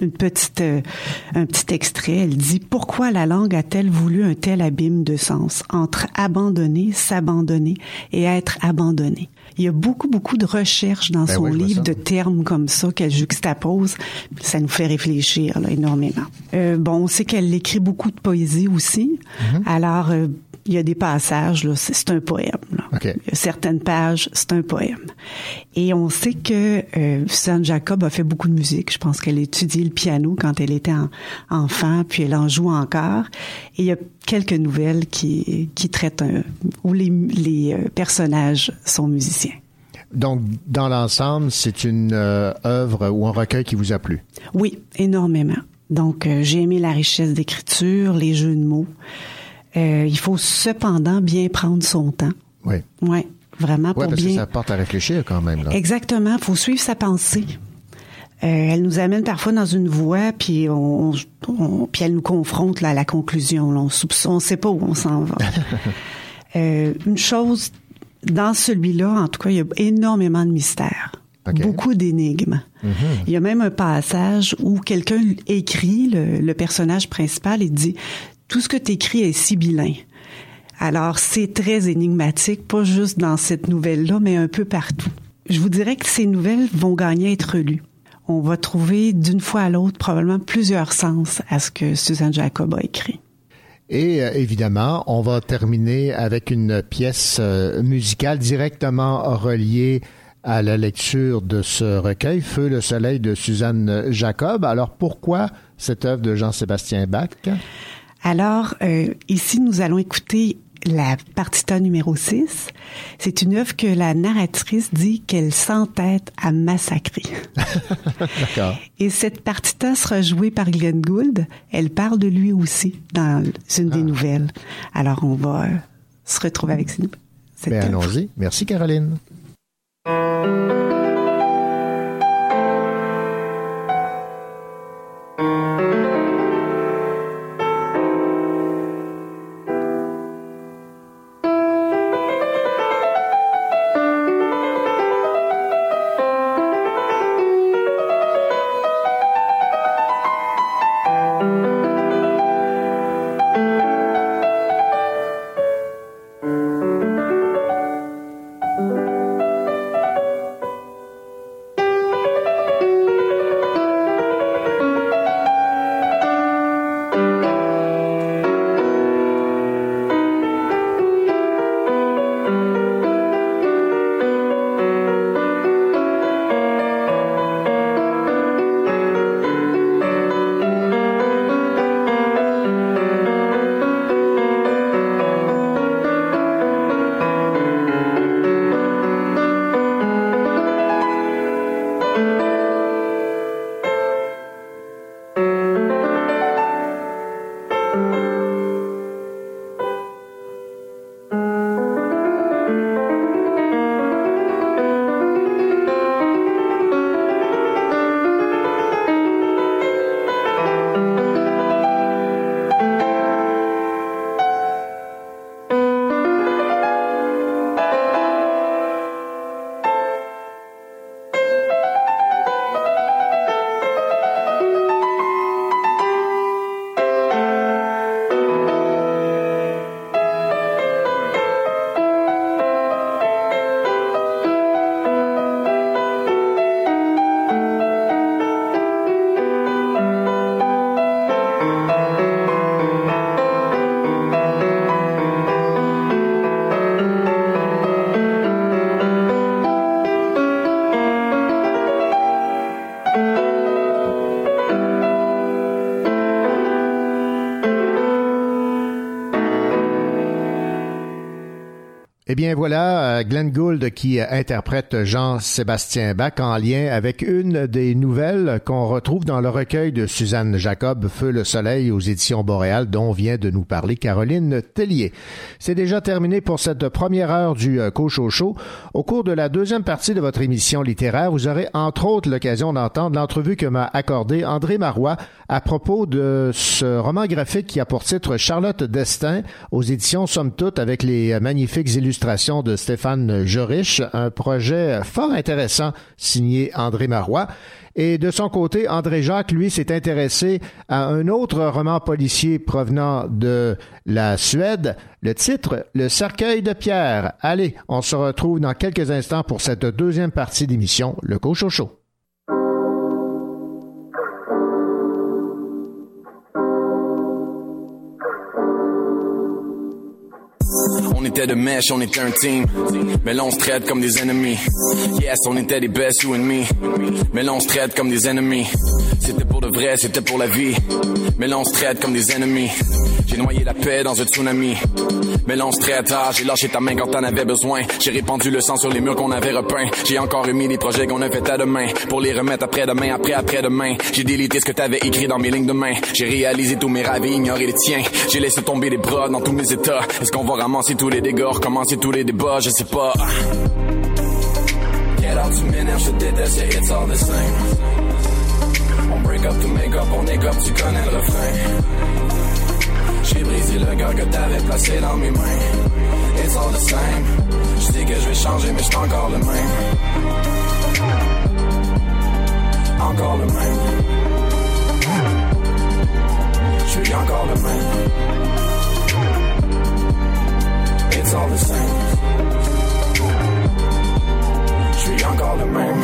petit extrait. Elle dit « Pourquoi la langue a-t-elle voulu un tel abîme de sens entre abandonner, s'abandonner et être abandonné? » Il y a beaucoup de recherches dans son livre de termes comme ça qu'elle juxtapose. Ça nous fait réfléchir là, énormément. On sait qu'elle écrit beaucoup de poésie aussi. Mm-hmm. Alors, il y a des passages, là, c'est un poème. Là. Okay. Il y a certaines pages, c'est un poème. Et on sait que Suzanne Jacob a fait beaucoup de musique. Je pense qu'elle a étudié le piano quand elle était enfant, puis elle en joue encore. Et il y a quelques nouvelles qui traitent où les personnages sont musiciens. Donc, dans l'ensemble, c'est une œuvre ou un recueil qui vous a plu? Oui, énormément. Donc, j'ai aimé la richesse d'écriture, les jeux de mots. Il faut cependant bien prendre son temps. Oui. Oui, vraiment pour bien... Oui, parce que ça porte à réfléchir quand même. Là. Exactement, il faut suivre sa pensée. Elle nous amène parfois dans une voie, puis puis elle nous confronte là, à la conclusion. Là, on ne sait pas où on s'en va. Une chose, dans celui-là, en tout cas, il y a énormément de mystères. Okay. Beaucoup d'énigmes. Mm-hmm. Il y a même un passage où quelqu'un écrit, le personnage principal, il dit... Tout ce que tu écris est sibyllin. Alors, c'est très énigmatique, pas juste dans cette nouvelle-là, mais un peu partout. Je vous dirais que ces nouvelles vont gagner à être lues. On va trouver d'une fois à l'autre probablement plusieurs sens à ce que Suzanne Jacob a écrit. Et évidemment, on va terminer avec une pièce musicale directement reliée à la lecture de ce recueil, Feu le soleil de Suzanne Jacob. Alors, pourquoi cette œuvre de Jean-Sébastien Bach? Alors, ici, nous allons écouter la partita numéro 6. C'est une œuvre que la narratrice dit qu'elle s'entête à massacrer. D'accord. Et cette partita sera jouée par Glenn Gould. Elle parle de lui aussi dans une des nouvelles. Alors, on va se retrouver avec cette œuvre. Allons-y. Merci, Caroline. bien voilà, Glenn Gould qui interprète Jean-Sébastien Bach en lien avec une des nouvelles qu'on retrouve dans le recueil de Suzanne Jacob, Feu le soleil aux éditions Boréal, dont vient de nous parler Caroline Tellier. C'est déjà terminé pour cette première heure du Cochot Show. Au cours de la deuxième partie de votre émission littéraire, vous aurez entre autres l'occasion d'entendre l'entrevue que m'a accordée André Marois à propos de ce roman graphique qui a pour titre Charlotte Destin aux éditions Somme Toute avec les magnifiques illustrations de Stéphane Jorich, un projet fort intéressant signé André Marois. Et de son côté, André Jacques, lui, s'est intéressé à un autre roman policier provenant de la Suède. Le titre, Le cercueil de pierre. Allez, on se retrouve dans quelques instants pour cette deuxième partie d'émission, Le Cochot Show. On était de mèche, on était un team, mais là on se traite comme des ennemis. Yes, on était des best, you and me, mais là on se traite comme des ennemis. C'était pour de vrai, c'était pour la vie, mais là on se traite comme des ennemis. J'ai noyé la paix dans un tsunami, mais là on se traite, j'ai lâché ta main quand t'en avais besoin. J'ai répandu le sang sur les murs qu'on avait repeints. J'ai encore remis les projets qu'on a fait à demain, pour les remettre après-demain, après-demain. J'ai délité ce que t'avais écrit dans mes lignes de main. J'ai réalisé tous mes rêves et ignoré les tiens. J'ai laissé tomber les bras dans tous mes états. Est-ce qu'on va ramasser tous les dégâts, recommencer tous les débats, je sais pas. Get out, tu m'énerves, je déteste, yeah, it's all the same. On break up to make up, on est up, tu connais le refrain. J'ai brisé le gars que t'avais placé dans mes mains. It's all the same. Je dis que je vais changer, mais je suis encore le même. Encore le même. Je suis encore le même. It's all the same. Je suis encore le même.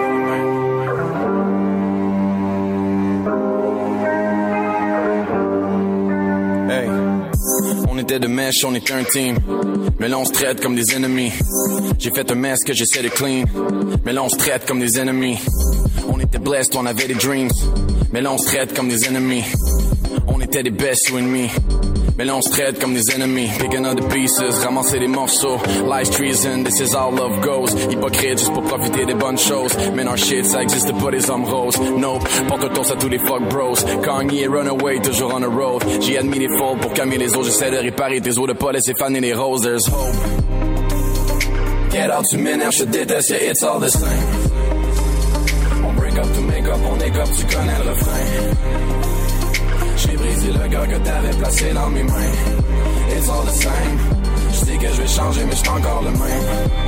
Hey, on était de mèche, on était un team, mais là on se traite comme des ennemis. J'ai fait un mess que j'essaie de clean, mais là on se traite comme des ennemis. On était blessed, on avait des dreams, mais là on se traite comme des ennemis. On était des best, you and me, mais là on se traite comme des ennemis. Picking up the pieces, ramasser des morceaux. Lies, treason, this is how love goes. Hypocrite juste pour profiter des bonnes choses. Mais our shit, ça existe pas des hommes roses. Nope, porte un toast à tous les fuck bros. Kanye, runaway, toujours on the road. J'ai admis les fautes pour calmer les autres. J'essaie de réparer tes eaux, de pas laisser faner les roses. There's hope. Get out, tu m'énerves, je déteste, yeah, it's all the same. On break up to make up, on est up, tu connais le refrain. J'ai brisé le gars que t'avais placé dans mes mains. It's all the same. Je dis que je vais changer, mais je suis encore le même.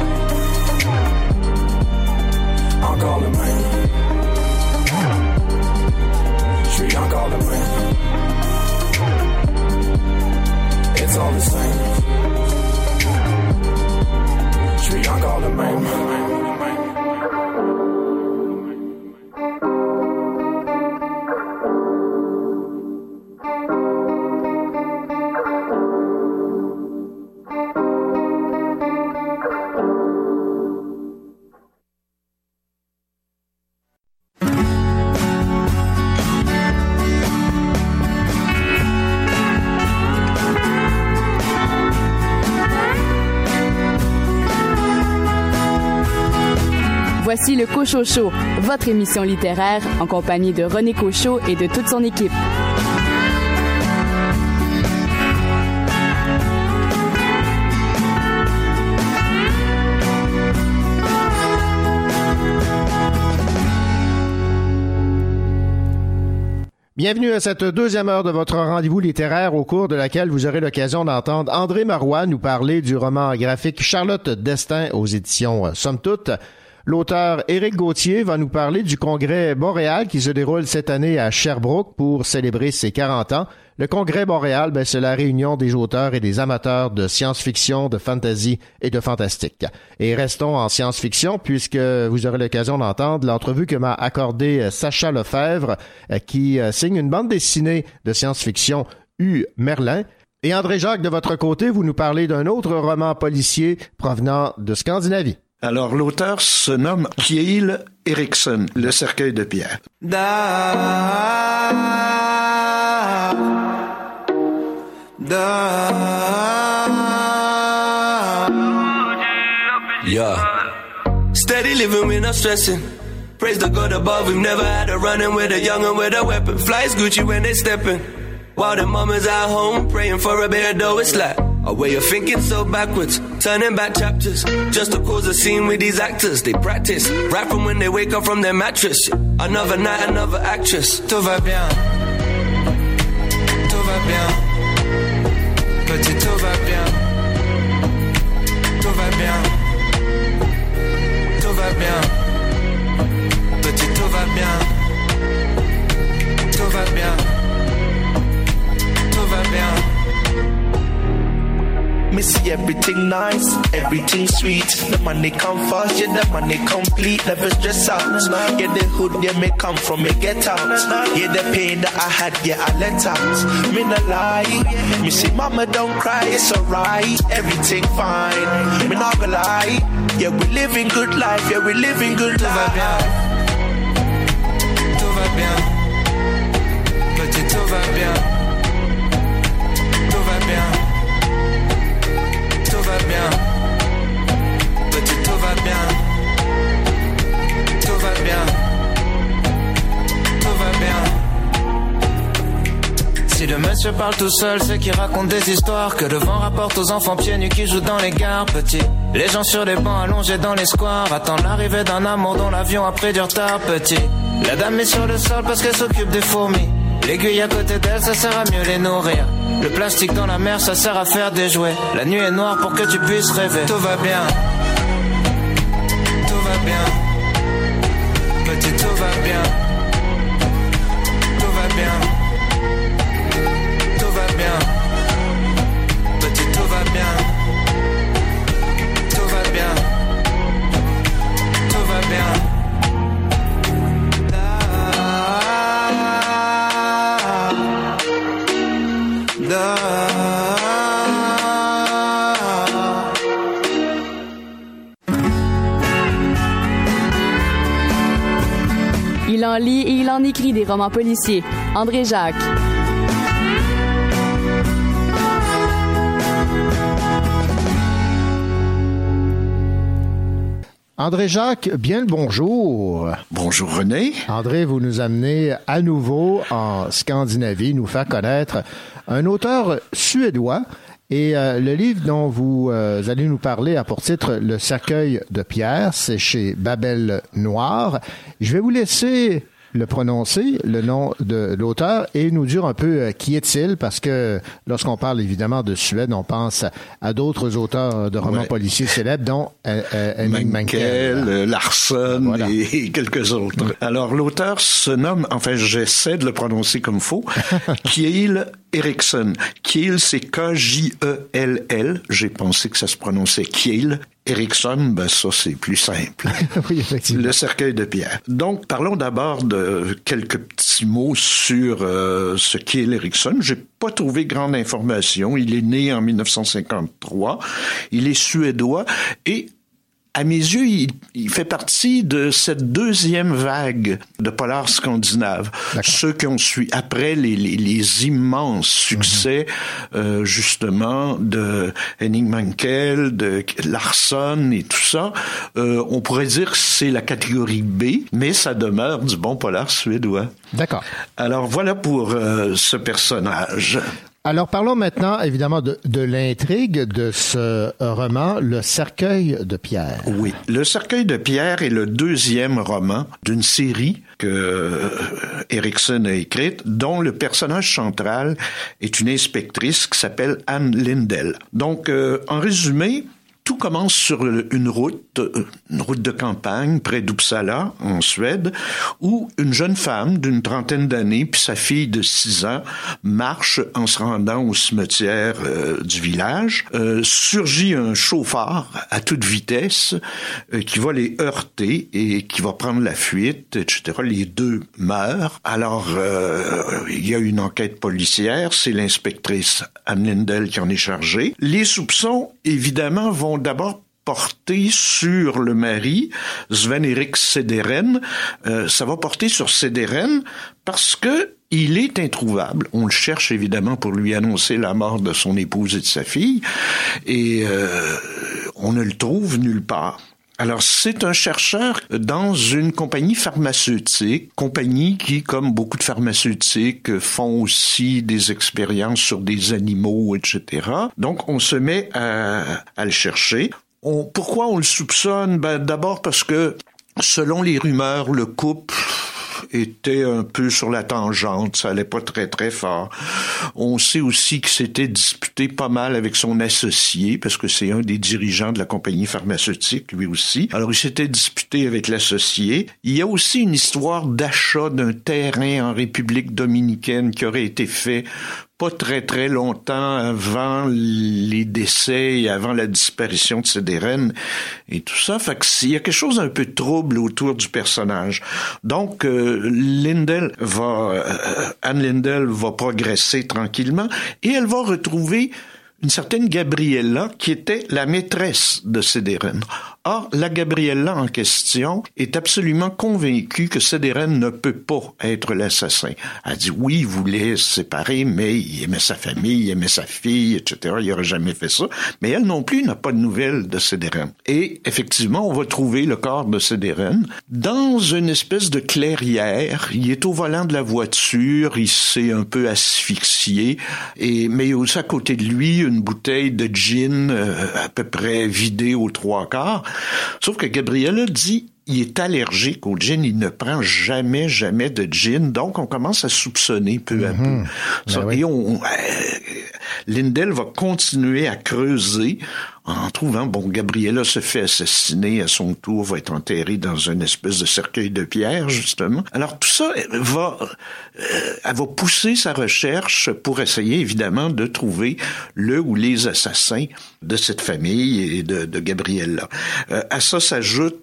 Encore le même. Je suis encore le même. It's all the same. Je suis encore le même. Voici le Cochot Show, votre émission littéraire en compagnie de René Cochot et de toute son équipe. Bienvenue à cette deuxième heure de votre rendez-vous littéraire au cours de laquelle vous aurez l'occasion d'entendre André Marois nous parler du roman graphique Charlotte Destin aux éditions Somme Toute. L'auteur Éric Gauthier va nous parler du Congrès Boréal qui se déroule cette année à Sherbrooke pour célébrer ses 40 ans. Le Congrès Boréal, c'est la réunion des auteurs et des amateurs de science-fiction, de fantasy et de fantastique. Et restons en science-fiction puisque vous aurez l'occasion d'entendre l'entrevue que m'a accordée Sacha Lefebvre qui signe une bande dessinée de science-fiction U. Merlin. Et André Jacques, de votre côté, vous nous parlez d'un autre roman policier provenant de Scandinavie. Alors, l'auteur se nomme Kjell Eriksson, Le cercueil de pierre. living, we're not stressing. Praise the God above, we've never had a run-in with a young'un with a weapon. Flies Gucci when they steppin'. While the mamas at home praying for a better dough, it's like a way of thinking so backwards, turning back chapters, just to cause a scene with these actors. They practice, rap from when they wake up from their mattress. Another night, another actress. Tout va bien, tout va bien, petit tout va bien, tout va bien, tout va bien, petit tout va bien, tout va bien. Me see everything nice, everything sweet. The money come fast, yeah, the money complete. Never stress out. Yeah, the hood, yeah, me come from, me get out. Yeah, the pain that I had, yeah, I let out. Me not lie. Me see mama don't cry, it's alright. Everything fine. Me not gonna lie. Yeah, we living good life, yeah, we living good life. Tout va bien. Petit tout va bien. Tout va bien. Tout va bien, petit tout va bien, tout va bien, tout va bien. Si le monsieur parle tout seul, c'est qu'il raconte des histoires que le vent rapporte aux enfants pieds nus qui jouent dans les gares, petit. Les gens sur les bancs allongés dans les squares attendent l'arrivée d'un amour dont l'avion a pris du retard, petit. La dame est sur le sol parce qu'elle s'occupe des fourmis. L'aiguille à côté d'elle, ça sert à mieux les nourrir. Le plastique dans la mer, ça sert à faire des jouets. La nuit est noire pour que tu puisses rêver. Tout va bien. Tout va bien. Petit, tout va bien. Tout va bien. Tout va bien. Petit, tout va bien. Tout va bien. Tout va bien. Il en lit et il en écrit des romans policiers. André Jacques. André Jacques, bien le bonjour. Bonjour René. André, vous nous amenez à nouveau en Scandinavie, nous faire connaître un auteur suédois. Et le livre dont vous allez nous parler a pour titre Le cercueil de pierre. C'est chez Babel Noir. Je vais vous laisser le prononcer, le nom de l'auteur, et nous dire un peu qui est-il, parce que lorsqu'on parle évidemment de Suède, on pense à d'autres auteurs de romans policiers célèbres, dont Henning Mankell, Larsson, voilà, et quelques autres. Alors l'auteur se nomme, enfin j'essaie de le prononcer comme faux, Kjell Eriksson. Kjell, c'est K-J-E-L-L. J'ai pensé que ça se prononçait Kjell. Eriksson, ben ça c'est plus simple. Oui, effectivement. Le cercueil de pierre. Donc parlons d'abord de quelques petits mots sur ce Kjell Eriksson. J'ai pas trouvé grande information. Il est né en 1953. Il est suédois et à mes yeux, il fait partie de cette deuxième vague de polar scandinaves. Ceux qui ont suivi après les immenses succès, justement, de Henning Mankell, de Larsson et tout ça. On pourrait dire que c'est la catégorie B, mais ça demeure du bon polar suédois. D'accord. Alors voilà pour ce personnage. Alors, parlons maintenant, évidemment, de l'intrigue de ce roman, Le cercueil de pierre. Oui. Le cercueil de pierre est le deuxième roman d'une série que Eriksson a écrite, dont le personnage central est une inspectrice qui s'appelle Ann Lindell. Donc, en résumé, tout commence sur une route de campagne près d'Uppsala, en Suède, où une jeune femme d'une trentaine d'années puis sa fille de 6 ans marchent en se rendant au cimetière du village. Surgit un chauffard à toute vitesse qui va les heurter et qui va prendre la fuite, etc. Les deux meurent. Alors, il y a une enquête policière, c'est l'inspectrice Ann Lindell qui en est chargée. Les soupçons, évidemment, vont d'abord porter sur le mari, Sven-Erik Cederen. Ça va porter sur Cederen parce que il est introuvable. On le cherche évidemment pour lui annoncer la mort de son épouse et de sa fille, et on ne le trouve nulle part. Alors, c'est un chercheur dans une compagnie pharmaceutique, compagnie qui, comme beaucoup de pharmaceutiques, font aussi des expériences sur des animaux, etc. Donc, on se met à le chercher. Pourquoi on le soupçonne? D'abord parce que, selon les rumeurs, le couple était un peu sur la tangente, ça allait pas très très fort. On sait aussi qu'il s'était disputé pas mal avec son associé, parce que c'est un des dirigeants de la compagnie pharmaceutique, lui aussi. Alors il s'était disputé avec l'associé. Il y a aussi une histoire d'achat d'un terrain en République dominicaine qui aurait été fait pas très très longtemps avant les décès et avant la disparition de Cédérène et tout ça. Fait qu'il y a quelque chose d'un peu trouble autour du personnage. Donc Anne Lindell va progresser tranquillement et elle va retrouver une certaine Gabriella qui était la maîtresse de Cédérène. Or, la Gabriella en question est absolument convaincue que Cédérène ne peut pas être l'assassin. Elle dit oui, il voulait se séparer, mais il aimait sa famille, il aimait sa fille, etc. Il n'aurait jamais fait ça. Mais elle non plus n'a pas de nouvelles de Cédérène. Et effectivement, on va trouver le corps de Cédérène dans une espèce de clairière. Il est au volant de la voiture, il s'est un peu asphyxié, mais il y a aussi à côté de lui une bouteille de gin à peu près vidée aux 3/4. Sauf que Gabriella dit il est allergique au gin, il ne prend jamais de gin, donc on commence à soupçonner peu à peu. Et Lindell va continuer à creuser en trouvant, Gabriella se fait assassiner à son tour, va être enterrée dans une espèce de cercueil de pierre, justement. Alors tout ça elle va pousser sa recherche pour essayer, évidemment, de trouver le ou les assassins de cette famille et de Gabriella. À ça s'ajoute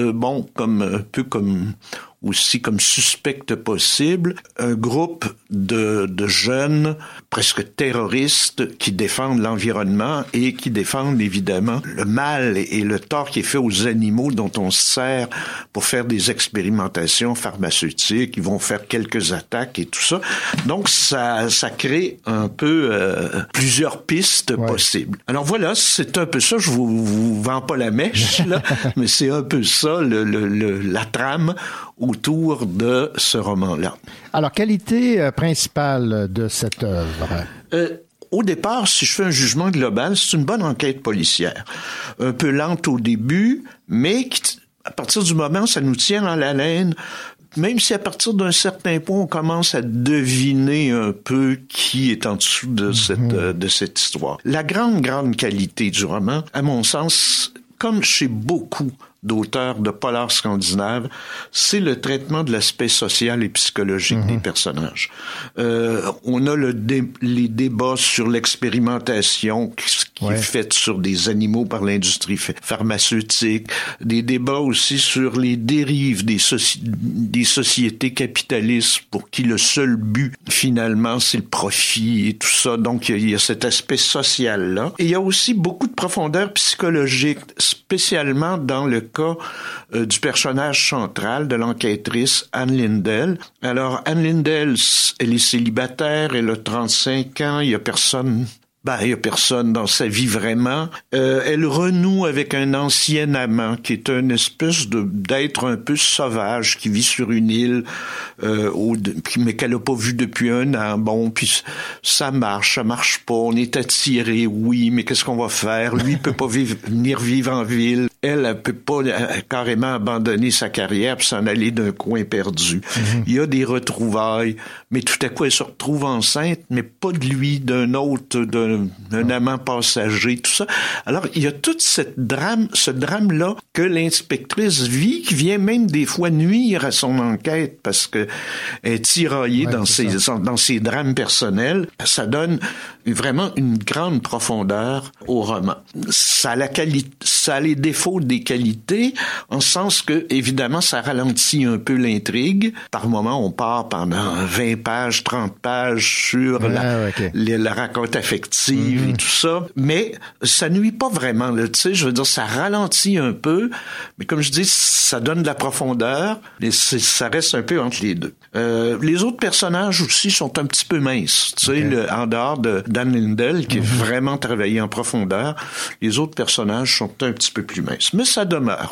aussi comme suspecte possible, un groupe de jeunes presque terroristes qui défendent l'environnement et qui défendent évidemment le mal et le tort qui est fait aux animaux dont on se sert pour faire des expérimentations pharmaceutiques. Ils vont faire quelques attaques et tout ça. Donc ça la un peu plusieurs pistes possibles. Alors voilà, c'est un peu ça. Je vous vends pas la mèche là, mais c'est un peu ça la trame autour de ce roman-là. Alors, qualité principale de cette œuvre? Au départ, si je fais un jugement global, c'est une bonne enquête policière. Un peu lente au début, mais à partir du moment où ça nous tient dans la laine, même si à partir d'un certain point, on commence à deviner un peu qui est en dessous de cette histoire. La grande qualité du roman, à mon sens, comme chez beaucoup d'auteurs de polar scandinaves, c'est le traitement de l'aspect social et psychologique des personnages. On a les débats sur l'expérimentation qui est faite sur des animaux par l'industrie pharmaceutique, des débats aussi sur les dérives des sociétés capitalistes pour qui le seul but, finalement, c'est le profit et tout ça. Donc, il y a cet aspect social-là. Et il y a aussi beaucoup de profondeur psychologique, spécialement dans le cas du personnage central de l'enquêtrice Anne Lindell. Alors, Anne Lindell, elle est célibataire, elle a 35 ans, il y a personne dans sa vie vraiment. Elle renoue avec un ancien amant qui est une espèce d'être un peu sauvage qui vit sur une île, mais qu'elle n'a pas vu depuis un an. Puis ça marche pas. On est attiré, oui, mais qu'est-ce qu'on va faire? Lui peut pas venir vivre en ville. Elle peut pas carrément abandonner sa carrière puis s'en aller d'un coin perdu. Il y a des retrouvailles, mais tout à coup, elle se retrouve enceinte, mais pas de lui, d'un autre, d'un amant passager, tout ça. Alors, il y a tout ce drame-là que l'inspectrice vit, qui vient même des fois nuire à son enquête parce que elle est tiraillée dans ses drames personnels. Ça donne vraiment une grande profondeur au roman. Ça a les défauts des qualités, en ce sens que, évidemment, ça ralentit un peu l'intrigue. Par moment, on part pendant 20 pages, 30 pages sur la raconte affective et tout ça, mais ça nuit pas vraiment, là, tu sais, je veux dire, ça ralentit un peu, mais comme je dis, ça donne de la profondeur, mais ça reste un peu entre les deux. Les autres personnages aussi sont un petit peu minces, tu sais, en dehors d'Anne Lindell, qui est vraiment travaillé en profondeur, les autres personnages sont un petit peu plus minces. Mais ça demeure.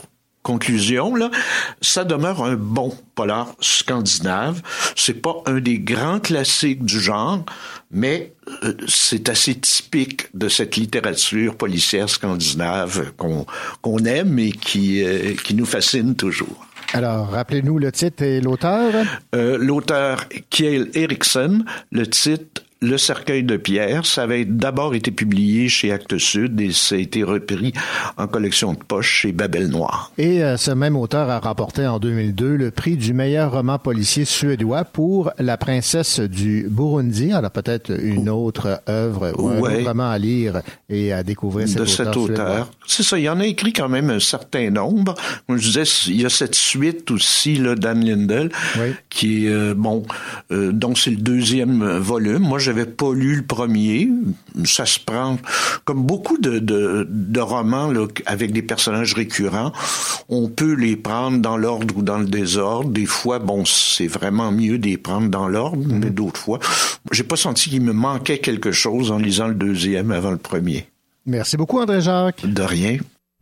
conclusion, là, ça demeure un bon polar scandinave. C'est pas un des grands classiques du genre, mais c'est assez typique de cette littérature policière scandinave qu'on aime et qui nous fascine toujours. Alors, rappelez-nous le titre et l'auteur. L'auteur Kjell Eriksson, le titre Le cercueil de pierre. Ça avait d'abord été publié chez Actes Sud et ça a été repris en collection de poche chez Babel Noir. Et ce même auteur a remporté en 2002 le prix du meilleur roman policier suédois pour La princesse du Burundi. Alors peut-être une autre œuvre ou un autre roman à lire et à découvrir cet auteur. C'est ça, il y en a écrit quand même un certain nombre. Comme je disais, il y a cette suite aussi là, d'Anne Lindell qui est, dont c'est le deuxième volume. Moi, j'avais pas lu le premier. Ça se prend comme beaucoup de romans là, avec des personnages récurrents. On peut les prendre dans l'ordre ou dans le désordre. Des fois, c'est vraiment mieux de les prendre dans l'ordre, mais d'autres fois, j'ai pas senti qu'il me manquait quelque chose en lisant le deuxième avant le premier. Merci beaucoup, André-Jacques. De rien.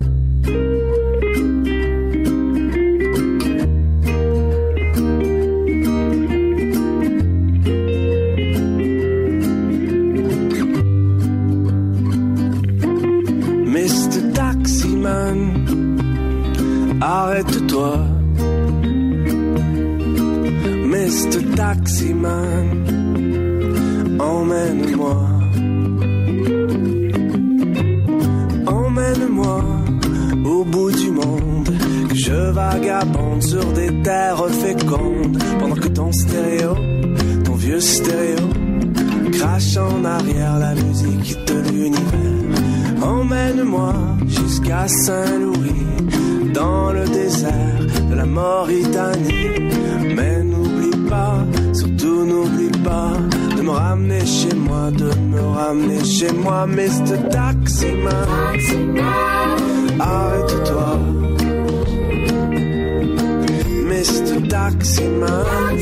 Arrête-toi, Mr. Taximan, emmène-moi, emmène-moi au bout du monde, que je vagabonde sur des terres fécondes, pendant que ton stéréo, ton vieux stéréo, crache en arrière la musique de l'univers. Emmène-moi jusqu'à Saint-Louis, dans le désert de la Mauritanie. Mais n'oublie pas, surtout n'oublie pas, de me ramener chez moi, Mr. Taximan. Arrête-toi, Mr. Taximan.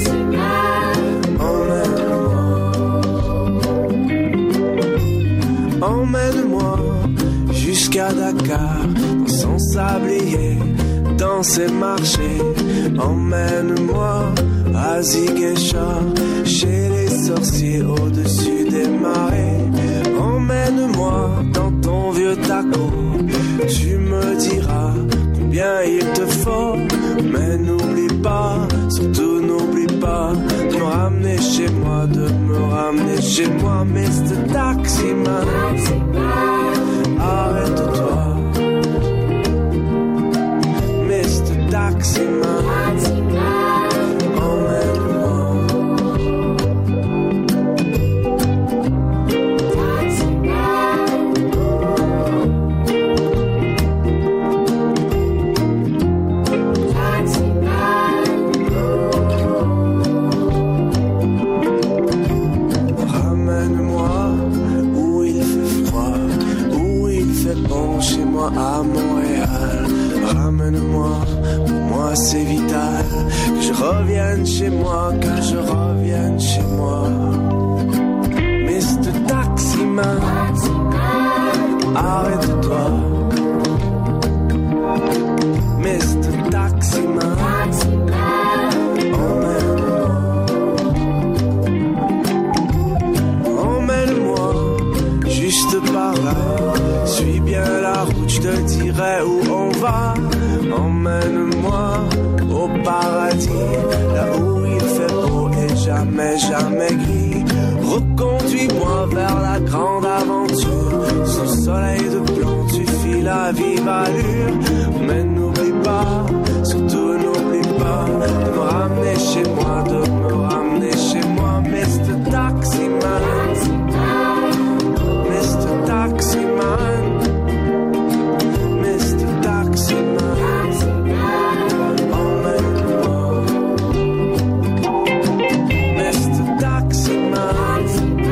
Emmène-moi jusqu'à Dakar, dans son sablier, dans ses marchés. Emmène-moi à Ziguinchor, chez les sorciers au-dessus des marées. Emmène-moi dans ton vieux taco, tu me diras combien il te faut. Mais n'oublie pas, surtout n'oublie pas, de me ramener chez moi, Mr. Taximan. Arrête-toi, Mr. Taximan. À Montréal, ramène-moi, pour moi c'est vital, que je revienne chez moi, Mr. Taximan, arrête-toi, Mr. Taximan, emmène-moi, juste par là, suis bien la route, je te dirai où on va. Emmène-moi au paradis, là où il fait beau et jamais, jamais gris. Reconduis-moi vers la grande aventure, sous soleil de plomb tu files à vive allure. Mais n'oublie pas, surtout n'oublie pas, de me ramener chez moi, Mr. Taximan. Mr. Taximan, Mr. Taximan, emmène-moi, Mr. Taximan,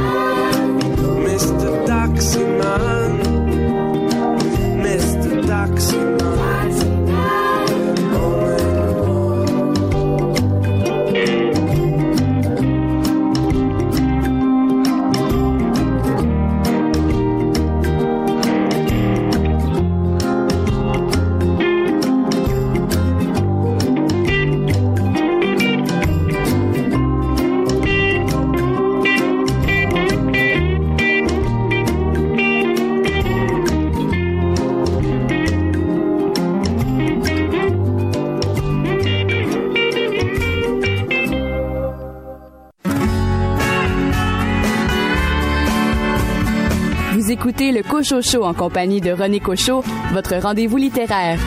Mr. Taximan, Mr. Taximan, emmène-moi. Vous écoutez le Cochocho en compagnie de René Cochot, votre rendez-vous littéraire.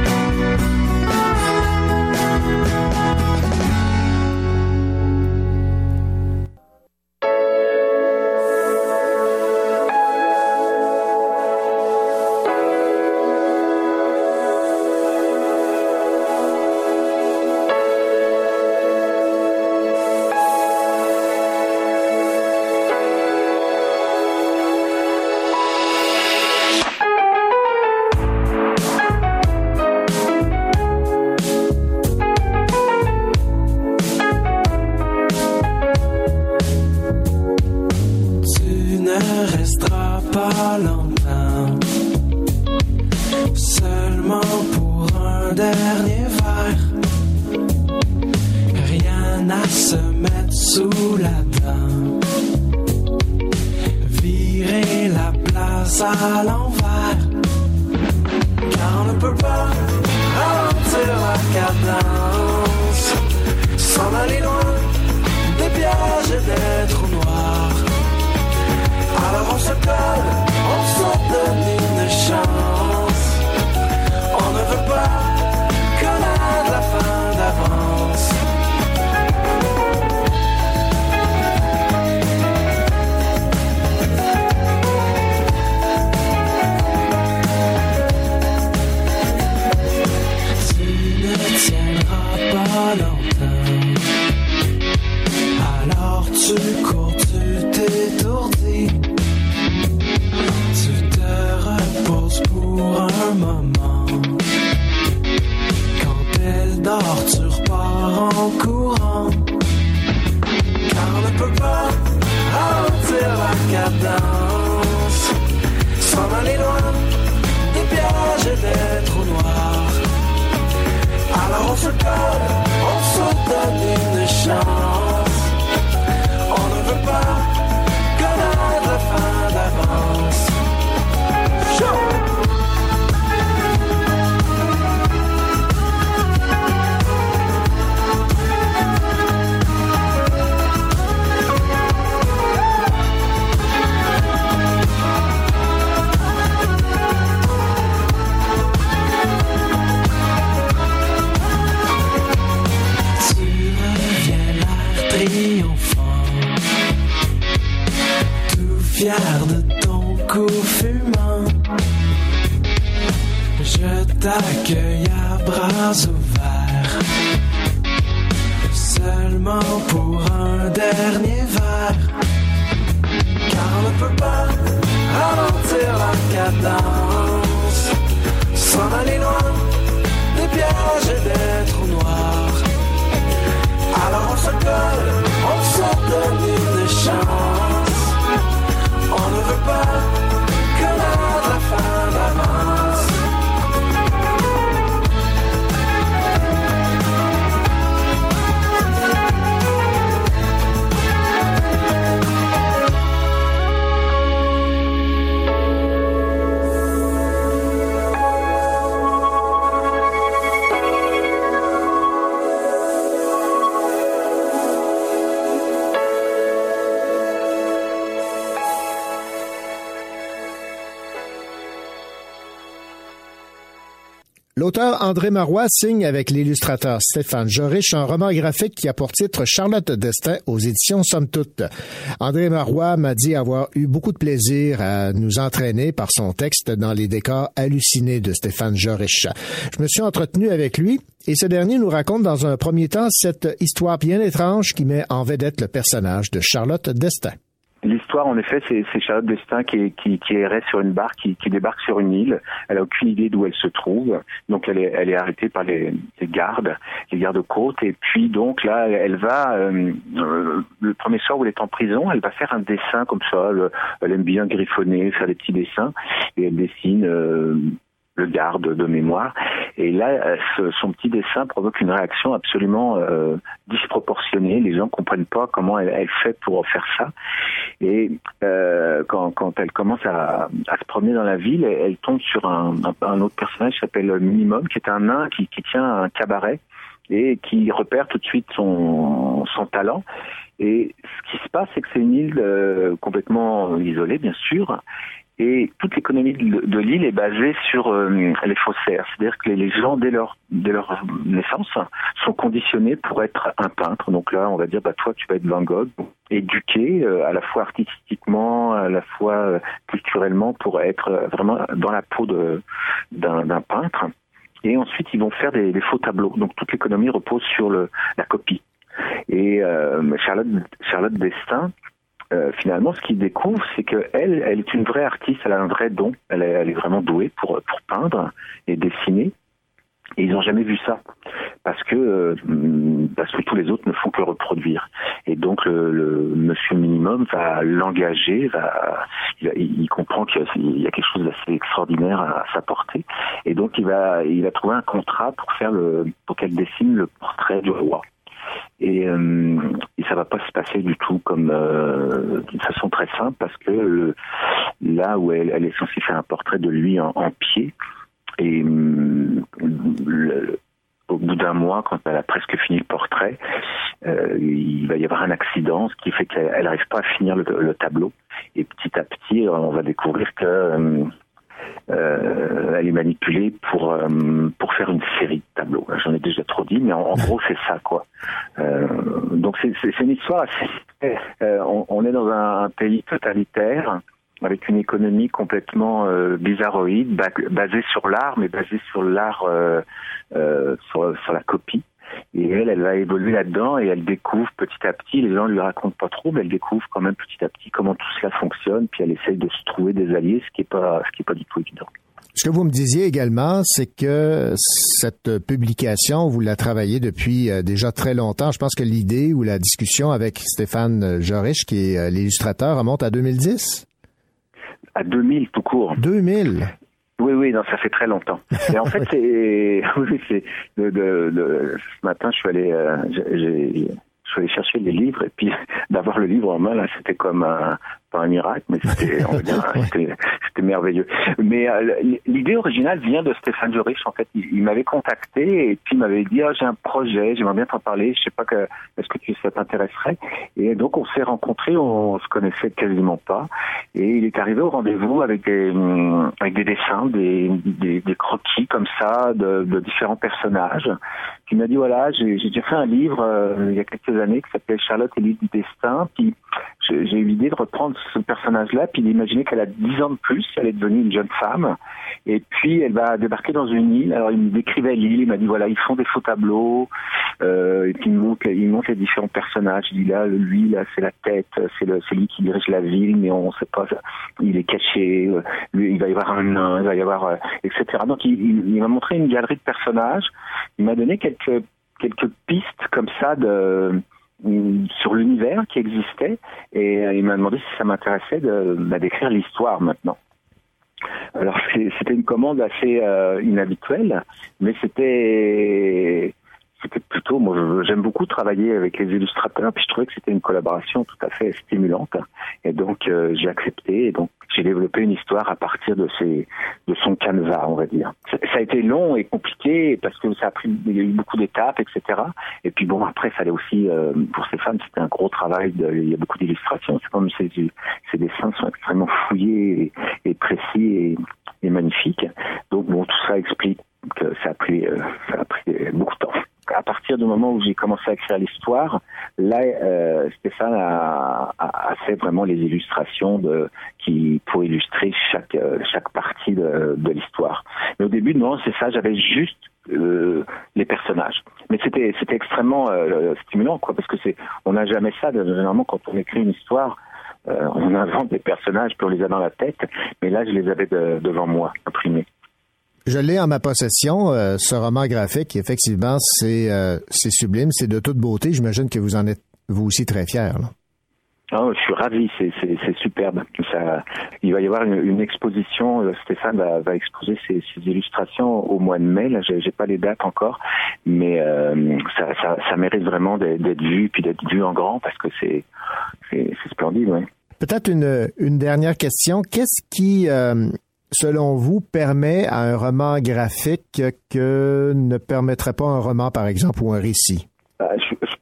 L'auteur André Marois signe avec l'illustrateur Stéphane Jorisch un roman graphique qui a pour titre Charlotte Destin aux éditions Somme Toute. André Marois m'a dit avoir eu beaucoup de plaisir à nous entraîner par son texte dans les décors hallucinés de Stéphane Jorisch. Je me suis entretenu avec lui et ce dernier nous raconte dans un premier temps cette histoire bien étrange qui met en vedette le personnage de Charlotte Destin. L'histoire, en effet, c'est Charlotte Destin qui errait sur une barque, qui débarque sur une île. Elle a aucune idée d'où elle se trouve. Donc, elle est arrêtée par les gardes-côtes. Et puis, donc, là, elle va, le premier soir où elle est en prison, elle va faire un dessin comme ça. Elle aime bien griffonner, faire des petits dessins. Et elle dessine le garde de mémoire. Et là, son petit dessin provoque une réaction absolument disproportionnée. Les gens comprennent pas comment elle fait pour faire ça. Et quand elle commence à se promener dans la ville, elle tombe sur un autre personnage qui s'appelle Minimum, qui est un nain qui tient un cabaret et qui repère tout de suite son talent. Et ce qui se passe, c'est que c'est une île complètement isolée, bien sûr. Et toute l'économie de l'île est basée sur les faussaires. C'est-à-dire que les gens, dès leur naissance, sont conditionnés pour être un peintre. Donc là, on va dire, toi, tu vas être Van Gogh, éduqué à la fois artistiquement, à la fois culturellement, pour être vraiment dans la peau d'un peintre. Et ensuite, ils vont faire des faux tableaux. Donc toute l'économie repose sur la copie. Et Charlotte Destin, finalement, ce qu'ils découvrent, c'est qu'elle est une vraie artiste, elle a un vrai don, elle est vraiment douée pour peindre et dessiner. Et ils n'ont jamais vu ça, parce que tous les autres ne font que reproduire. Et donc le Monsieur Minimum va l'engager, il comprend qu'il y a quelque chose d'assez extraordinaire à s'apporter, et donc il va trouver un contrat pour qu'elle dessine le portrait du roi. Et ça va pas se passer du tout comme d'une façon très simple, parce que là où elle est censée faire un portrait de lui en pied, et au bout d'un mois, quand elle a presque fini le portrait, il va y avoir un accident, ce qui fait qu'elle n'arrive pas à finir le tableau. Et petit à petit, on va découvrir que elle est manipulée pour faire une série de tableaux. J'en ai déjà trop dit, mais en gros, c'est ça, quoi. Donc c'est une histoire assez... on est dans un pays totalitaire, avec une économie complètement bizarroïde, basée sur l'art, mais basée sur l'art sur la copie. Et elle va évoluer là-dedans, et elle découvre petit à petit, les gens lui racontent pas trop, mais elle découvre quand même petit à petit comment tout cela fonctionne, puis elle essaye de se trouver des alliés, ce qui est pas du tout évident. Ce que vous me disiez également, c'est que cette publication, vous la travaillez depuis déjà très longtemps. Je pense que l'idée ou la discussion avec Stéphane Jorich, qui est l'illustrateur, remonte à 2010? À 2000 tout court. 2000? Oui, non, ça fait très longtemps. Et en fait, ce matin, je suis allé chercher les livres, et puis d'avoir le livre en main, là, c'était comme pas un miracle, mais c'était merveilleux. Mais l'idée originale vient de Stéphane Jorich. En fait, il m'avait contacté, et puis il m'avait dit, j'ai un projet, j'aimerais bien t'en parler, je sais pas est-ce que ça t'intéresserait? Et donc on s'est rencontrés, on se connaissait quasiment pas, et il est arrivé au rendez-vous avec des dessins, des croquis comme ça de différents personnages. Puis il m'a dit, voilà, j'ai déjà fait un livre il y a quelques années qui s'appelait Charlotte et l'île du destin, puis j'ai eu l'idée de reprendre ce personnage-là, puis d'imaginer qu'elle a 10 ans de plus, elle est devenue une jeune femme, et puis elle va débarquer dans une île. Alors il me décrivait l'île, il m'a dit, voilà, ils font des faux tableaux, et puis il montre les différents personnages. Il dit, là, lui, là, c'est la tête, c'est lui qui dirige la ville, mais on sait pas, il est caché, lui, il va y avoir un nain, il va y avoir, etc. Donc il m'a montré une galerie de personnages, il m'a donné quelques pistes comme ça sur l'univers qui existait, et il m'a demandé si ça m'intéressait d'écrire l'histoire maintenant. Alors c'était une commande assez inhabituelle, mais c'était plutôt, moi j'aime beaucoup travailler avec les illustrateurs, puis je trouvais que c'était une collaboration tout à fait stimulante, et donc j'ai accepté, et donc j'ai développé une histoire à partir de son canevas, on va dire. Ça a été long et compliqué, parce que il y a eu beaucoup d'étapes, etc. Et puis bon, après, ça allait aussi, pour Stéphane, c'était un gros travail, il y a beaucoup d'illustrations, c'est comme ces dessins sont extrêmement fouillés et précis et magnifiques. Donc bon, tout ça explique que ça a pris beaucoup de temps. À partir du moment où j'ai commencé à écrire l'histoire, là, Stéphane a fait vraiment les illustrations pour illustrer chaque partie de l'histoire. Mais au début, non, c'est ça, j'avais juste les personnages. Mais c'était extrêmement stimulant, quoi, parce que on n'a jamais ça. Généralement, quand on écrit une histoire, on invente des personnages puis on les a dans la tête. Mais là, je les avais devant moi, imprimés. Je l'ai en ma possession, ce roman graphique. Effectivement, c'est sublime, c'est de toute beauté. J'imagine que vous en êtes, vous aussi, très fier, là. Oh, je suis ravi, c'est superbe. Il va y avoir une exposition, Stéphane va exposer ses illustrations au mois de mai. Là, j'ai pas les dates encore, mais ça mérite vraiment d'être vu, puis d'être vu en grand, parce que c'est splendide, ouais. Peut-être une dernière question. Qu'est-ce qui selon vous, permet à un roman graphique que ne permettrait pas un roman, par exemple, ou un récit? Je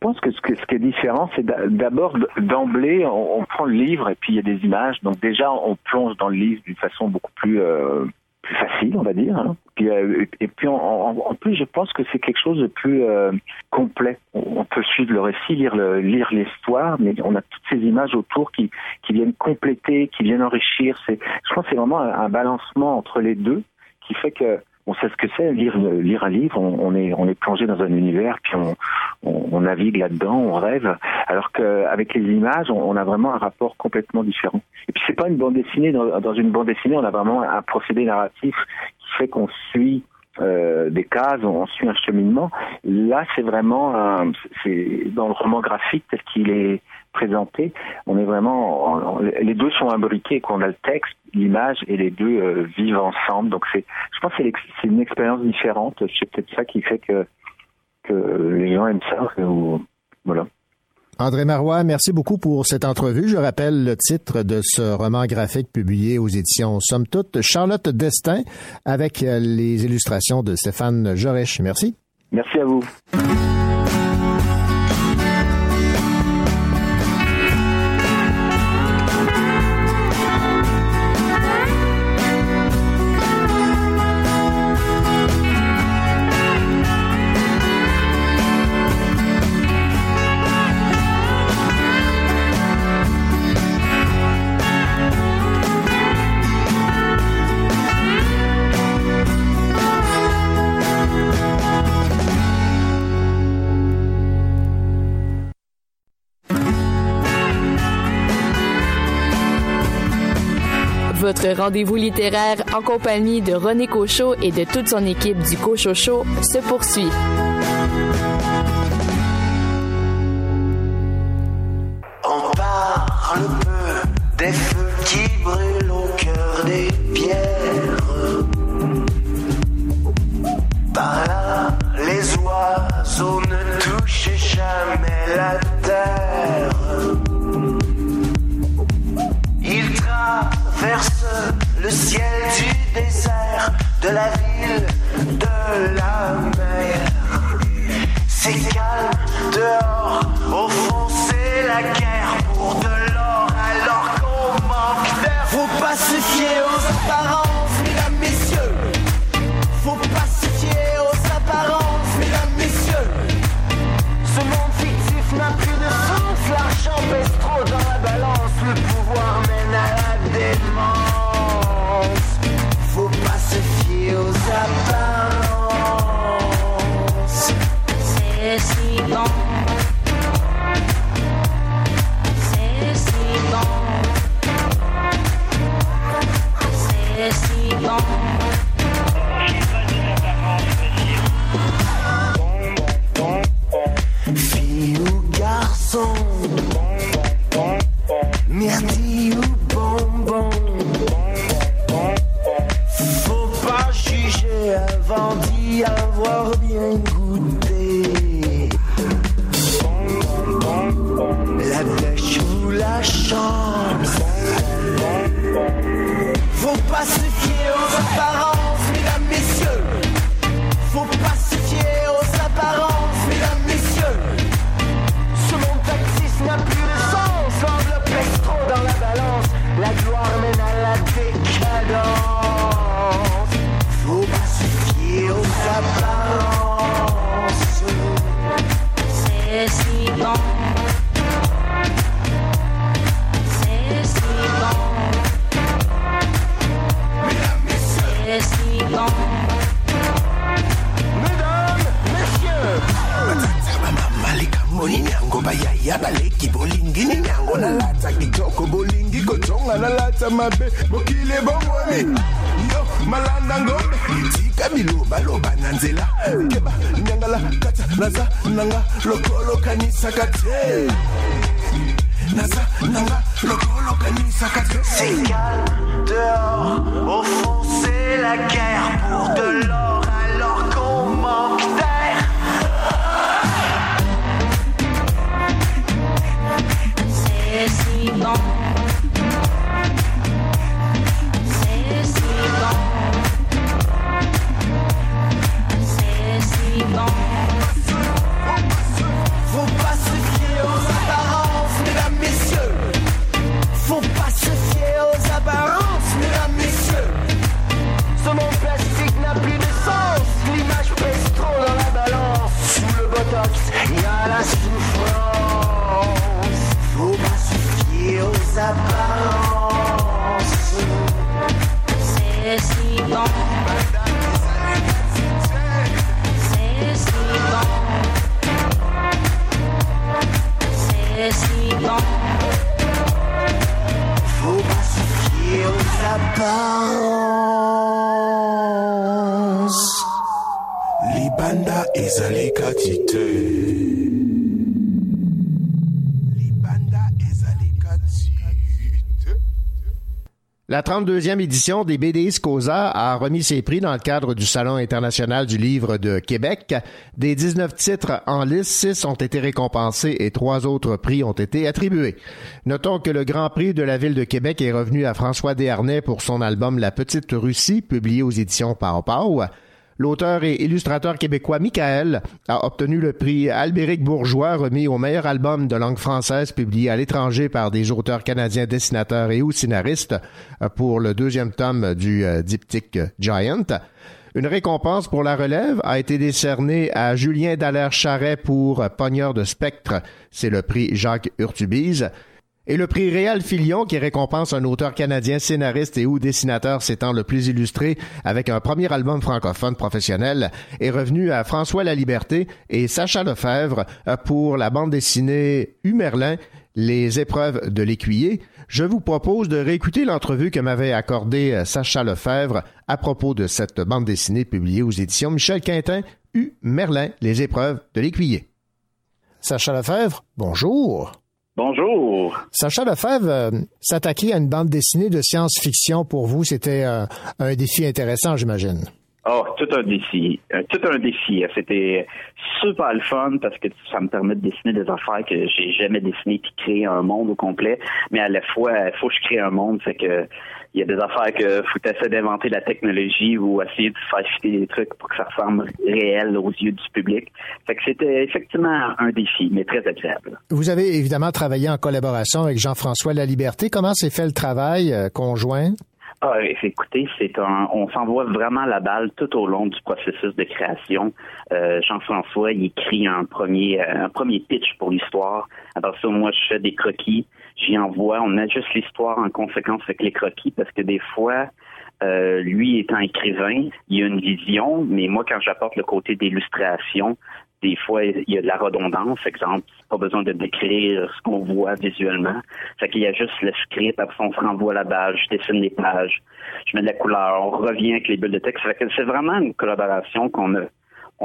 pense que ce qui est différent, c'est d'abord d'emblée, on prend le livre et puis il y a des images. Donc déjà, on plonge dans le livre d'une façon beaucoup plus facile, on va dire. Hein. Et puis en plus, je pense que c'est quelque chose de plus complet. On peut suivre le récit, lire l'histoire, mais on a toutes ces images autour qui viennent compléter, qui viennent enrichir. Je pense que c'est vraiment un balancement entre les deux qui fait que on sait ce que c'est lire un livre. On est plongé dans un univers, puis on navigue là-dedans, on rêve. Alors qu'avec les images, on a vraiment un rapport complètement différent. Et puis c'est pas une bande dessinée. Dans une bande dessinée, on a vraiment un procédé narratif qui fait qu'on suit des cases, on suit un cheminement. Là, c'est vraiment c'est dans le roman graphique tel qu'il est présenté. On est vraiment, les deux sont imbriqués. On a le texte, l'image, et les deux vivent ensemble. Donc je pense que c'est une expérience différente. C'est peut-être ça qui fait que les gens aiment ça. Voilà. André Marois, merci beaucoup pour cette entrevue. Je rappelle le titre de ce roman graphique publié aux éditions Somme Toute, Charlotte Destin, avec les illustrations de Stéphane Jorech. Merci. Merci à vous. Votre rendez-vous littéraire en compagnie de René Cochot et de toute son équipe du Cochot Show se poursuit. On parle peu des feux qui brûlent au cœur des pierres. Par là, les oiseaux ne touchaient jamais la terre. Ils traversent le ciel du désert, de la ville, de la mer. C'est calme dehors, au fond c'est la guerre pour de l'or alors qu'on manque d'air. Faut pas se fier aux apparences, mesdames, messieurs. Faut pas se fier aux apparences, mesdames, messieurs. Ce monde fictif n'a plus de sens, l'argent pèse trop dans la balance, le pouvoir mène à la démence. Faut pas se fier aux apparences. C'est si bon. C'est si bon. C'est si bon. Fille ou garçon, myrtille ou bonbon, faut pas juger avant d'y avoir bien goûté. La pêche ou la chance, faut pas se fier aux apparences, mesdames, messieurs. Faut pas se fier aux apparences, mesdames, messieurs. Ce monde taxiste n'a plus de sens, l'enveloppe pèse trop dans la balance, la gloire mène à la décadence. Faut pas se fier aux apparences. C'est si bon. C'est si bon. Mesdames, messieurs. C'est si bon. Mesdames, messieurs. Malika moni nyango bayaya baleki bolingi ni nyango na lata kitoko bolingi kotonga na lata mabe mokile bomwami yo malanda ngombe tika biloba loba nanzela keba nyangala kata naza nanga lokolo kanisa kate naza nanga lokolo kanisa kate. C'est calme dehors, au fond c'est la guerre pour de l'or alors qu'on manque d'air. C'est si bon. C'est si bon. C'est si bon. Faut pas France. Libanda ezalikatite. La 32e édition des BDistes Causa a remis ses prix dans le cadre du Salon international du livre de Québec. Des 19 titres en liste, 6 ont été récompensés et 3 autres prix ont été attribués. Notons que le Grand Prix de la Ville de Québec est revenu à François Desharnais pour son album La Petite Russie, publié aux éditions Pau Pau. L'auteur et illustrateur québécois Michael a obtenu le prix Albéric Bourgeois remis au meilleur album de langue française publié à l'étranger par des auteurs canadiens dessinateurs et ou scénaristes pour le 2e tome du diptyque Giant. Une récompense pour la relève a été décernée à Julien Dallaire-Charret pour Pogneur de spectre. C'est le prix Jacques Urtubise. Et le prix Réal Filion, qui récompense un auteur canadien, scénariste et ou dessinateur s'étant le plus illustré avec un premier album francophone professionnel, est revenu à François Laliberté et Sacha Lefebvre pour la bande dessinée Humerlin, Les épreuves de l'écuyer. Je vous propose de réécouter l'entrevue que m'avait accordée Sacha Lefebvre à propos de cette bande dessinée publiée aux éditions Michel Quintin, Humerlin, Les épreuves de l'écuyer. Sacha Lefebvre, bonjour. Bonjour. Sacha Lefebvre, s'attaquer à une bande dessinée de science-fiction pour vous, c'était un défi intéressant, j'imagine. Oh, tout un défi. C'était super le fun parce que ça me permet de dessiner des affaires que j'ai jamais dessinées puis créer un monde au complet. Mais à la fois, il faut que je crée un monde. Fait que il y a des affaires que faut essayer d'inventer la technologie ou essayer de faire fitter des trucs pour que ça ressemble réel aux yeux du public. Fait que c'était effectivement un défi, mais très agréable. Vous avez évidemment travaillé en collaboration avec Jean-François Laliberté. Comment s'est fait le travail conjoint? Ah, écoutez, on s'envoie vraiment la balle tout au long du processus de création. Jean-François, il écrit un premier pitch pour l'histoire. Après ça, moi, je fais des croquis. J'y envoie. On ajuste l'histoire en conséquence avec les croquis parce que des fois, lui étant écrivain, il y a une vision, mais moi, quand j'apporte le côté d'illustration, des fois, il y a de la redondance. Exemple, pas besoin de décrire ce qu'on voit visuellement. Fait qu'il y a juste le script, après on se renvoie la balle, je dessine les pages, je mets de la couleur, on revient avec les bulles de texte. Fait que c'est vraiment une collaboration qu'on a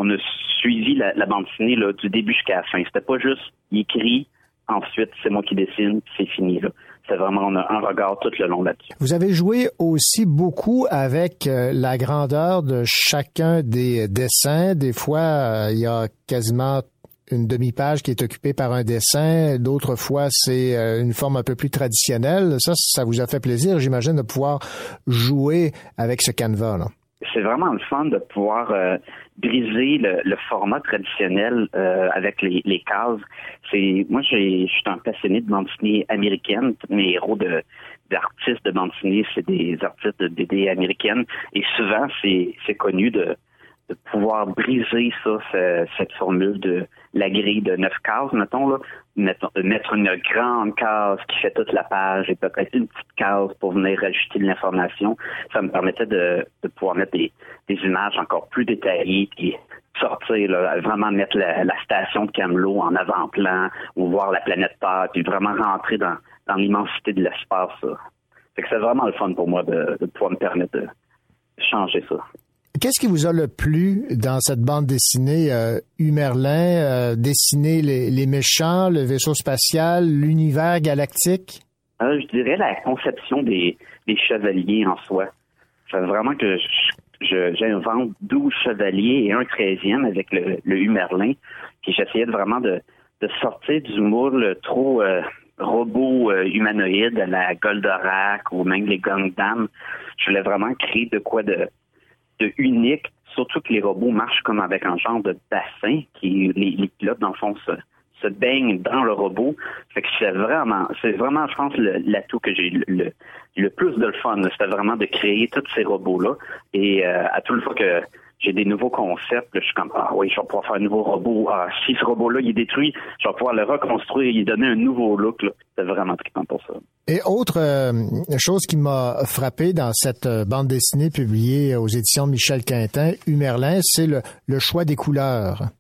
suivi la bande dessinée là, du début jusqu'à la fin. C'était pas juste, il écrit, ensuite c'est moi qui dessine, c'est fini là. C'est vraiment, on a un regard tout le long là-dessus. Vous avez joué aussi beaucoup avec la grandeur de chacun des dessins. Des fois, il y a quasiment une demi-page qui est occupée par un dessin. D'autres fois, c'est une forme un peu plus traditionnelle. Ça vous a fait plaisir, j'imagine, de pouvoir jouer avec ce canevas-là. C'est vraiment le fun de pouvoir briser le format traditionnel avec les cases. Moi, je suis un passionné de bande dessinée américaine. Tous mes héros d'artistes de bande dessinée, c'est des artistes de BD américaines. Et souvent, c'est connu de pouvoir briser cette formule de la grille de 9 cases, mettons, là. Mettre une grande case qui fait toute la page et peut-être une petite case pour venir rajouter de l'information. Ça me permettait de pouvoir mettre des images encore plus détaillées puis sortir, là, vraiment mettre la station de Camelot en avant-plan ou voir la planète Terre puis vraiment rentrer dans l'immensité de l'espace. Ça. Fait que c'est vraiment le fun pour moi de pouvoir me permettre de changer ça. Qu'est-ce qui vous a le plu dans cette bande dessinée Humerlin, dessiner les méchants, le vaisseau spatial, l'univers galactique? Je dirais la conception des chevaliers en soi. C'est vraiment que j'invente 12 chevaliers et un 13e avec le Humerlin. Puis j'essayais vraiment de sortir du moule trop robot humanoïde à la Goldorak ou même les Gundam. Je voulais vraiment créer de quoi de unique, surtout que les robots marchent comme avec un genre de bassin qui les pilotes dans le fond se baignent dans le robot. Fait que c'est vraiment, je pense, l'atout que j'ai le plus de le fun. C'était vraiment de créer tous ces robots-là. Et à toute fois que j'ai des nouveaux concepts, là, je suis comme, oui, je vais pouvoir faire un nouveau robot. Si ce robot-là, il est détruit, je vais pouvoir le reconstruire et lui donner un nouveau look, là. C'est vraiment trippant pour ça. Et autre chose qui m'a frappé dans cette bande dessinée publiée aux éditions Michel Quintin, Humerlin, c'est le choix des couleurs.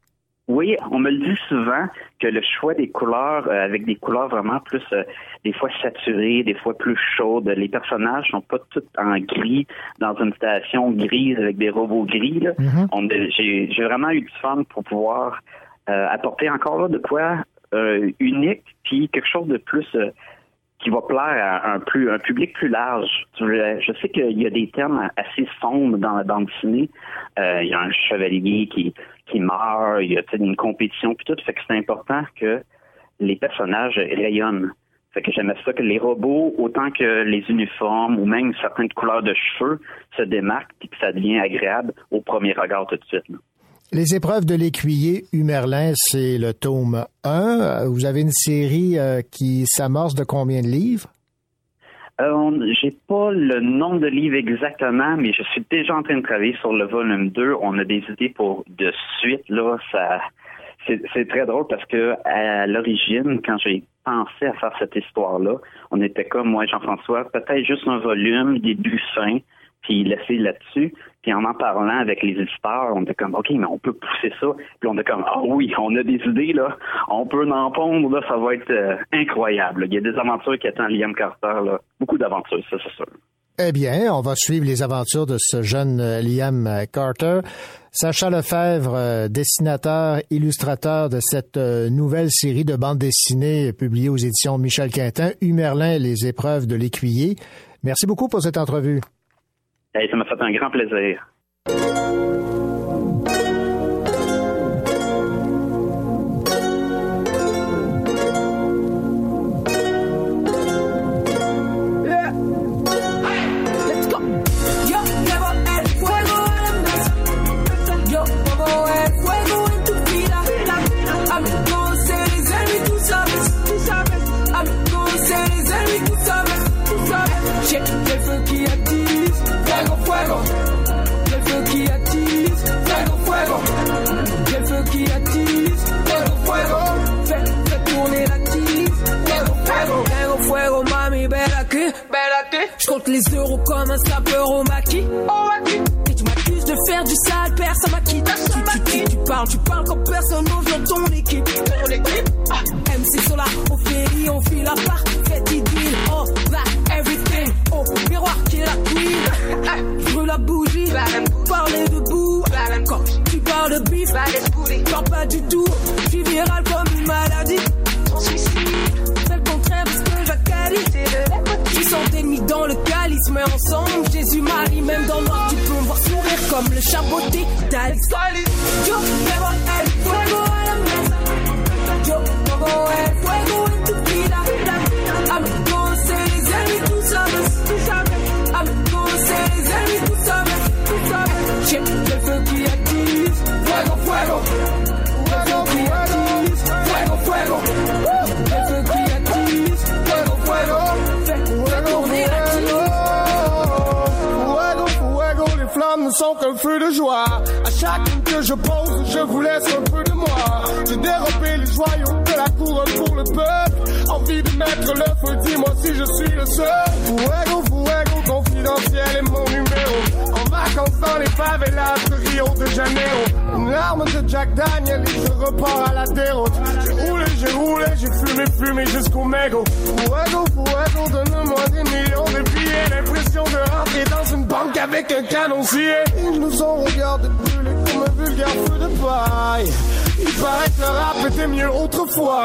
Oui, on me le dit souvent que le choix des couleurs, avec des couleurs vraiment plus, des fois saturées, des fois plus chaudes, les personnages sont pas tous en gris dans une station grise avec des robots gris. Là. J'ai vraiment eu du fun pour pouvoir apporter encore là de quoi unique, puis quelque chose de plus qui va plaire à un public plus large. Je sais qu'il y a des thèmes assez sombres dans la bande dessinée. Il y a un chevalier qui meurt, il y a une compétition puis tout, fait que c'est important que les personnages rayonnent. Fait que j'aimais ça que les robots, autant que les uniformes ou même certaines couleurs de cheveux se démarquent puis que ça devient agréable au premier regard tout de suite. Là. Les épreuves de l'écuyer Humerlin, c'est le tome 1. Vous avez une série qui s'amorce de combien de livres? J'ai pas le nombre de livres exactement, mais je suis déjà en train de travailler sur le volume 2. On a des idées pour de suite, là. C'est très drôle parce que à l'origine, quand j'ai pensé à faire cette histoire-là, on était comme, moi, Jean-François, peut-être juste un volume, début, fin, puis laisser là-dessus. Puis en parlant avec les éditeurs, on était comme, OK, mais on peut pousser ça. Puis on était comme, ah oui, on a des idées, là. On peut en pondre, là, ça va être incroyable. Il y a des aventures qui attendent Liam Carter, là. Beaucoup d'aventures, ça, c'est sûr. Eh bien, on va suivre les aventures de ce jeune Liam Carter. Sacha Lefebvre, dessinateur, illustrateur de cette nouvelle série de bandes dessinées publiée aux éditions Michel Quintin, Humerlin et les épreuves de l'écuyer. Merci beaucoup pour cette entrevue. Ça m'a fait un grand plaisir. J'compte les euros comme un sapeur au maquis. Et tu m'accuses de faire du sale, personne m'a quitté. Tu parles comme personne n'ose dans ton équipe. MC Solar, Ophélie, on file à part. Faites idylle, oh, black, everything. Oh, miroir qui est la queen. Je veux la bougie, parler debout. Quand tu parles de bif, parle pas du tout. Je suis viral comme une maladie. On suicide, fais le contraire de ce que j'accarie. Tu sens d'ennemis dans le calice, mais ensemble, Jésus-Marie, même dans le noir, tu peux me voir sourire comme le chaboté d'Alice. Yo, never el fuego a la mesa. Yo, pongo el fuego en tu vida. Amigos, les ennemis, tú sabes. Amigos, les ennemis, tú sabes. J'ai le feu qui attise. Fuego, fuego. Le feu qui attise. Fuego, fuego. Le feu qui attise. Fuego, fuego. Les flammes ne sont qu'un feu de joie. À chacune que je pose, je vous laisse un peu de moi. J'ai dérobé les joyaux de la couronne pour le peuple. Envie de mettre le feu, dis-moi si je suis le seul. Fuego, confidentiel est mon numéro. En vacances dans les favelas de Rio de Janeiro. Une larme de Jack Daniel et je repars à la déroute. J'ai roulé, j'ai fumé jusqu'au mégot. Fuego, donne-moi des millions de billets. L'impression de rentrer dans une banque avec un canoncier. Ils nous ont regardé brûler comme un vulgaire feu de paille. Il paraît que le rap était mieux autrefois.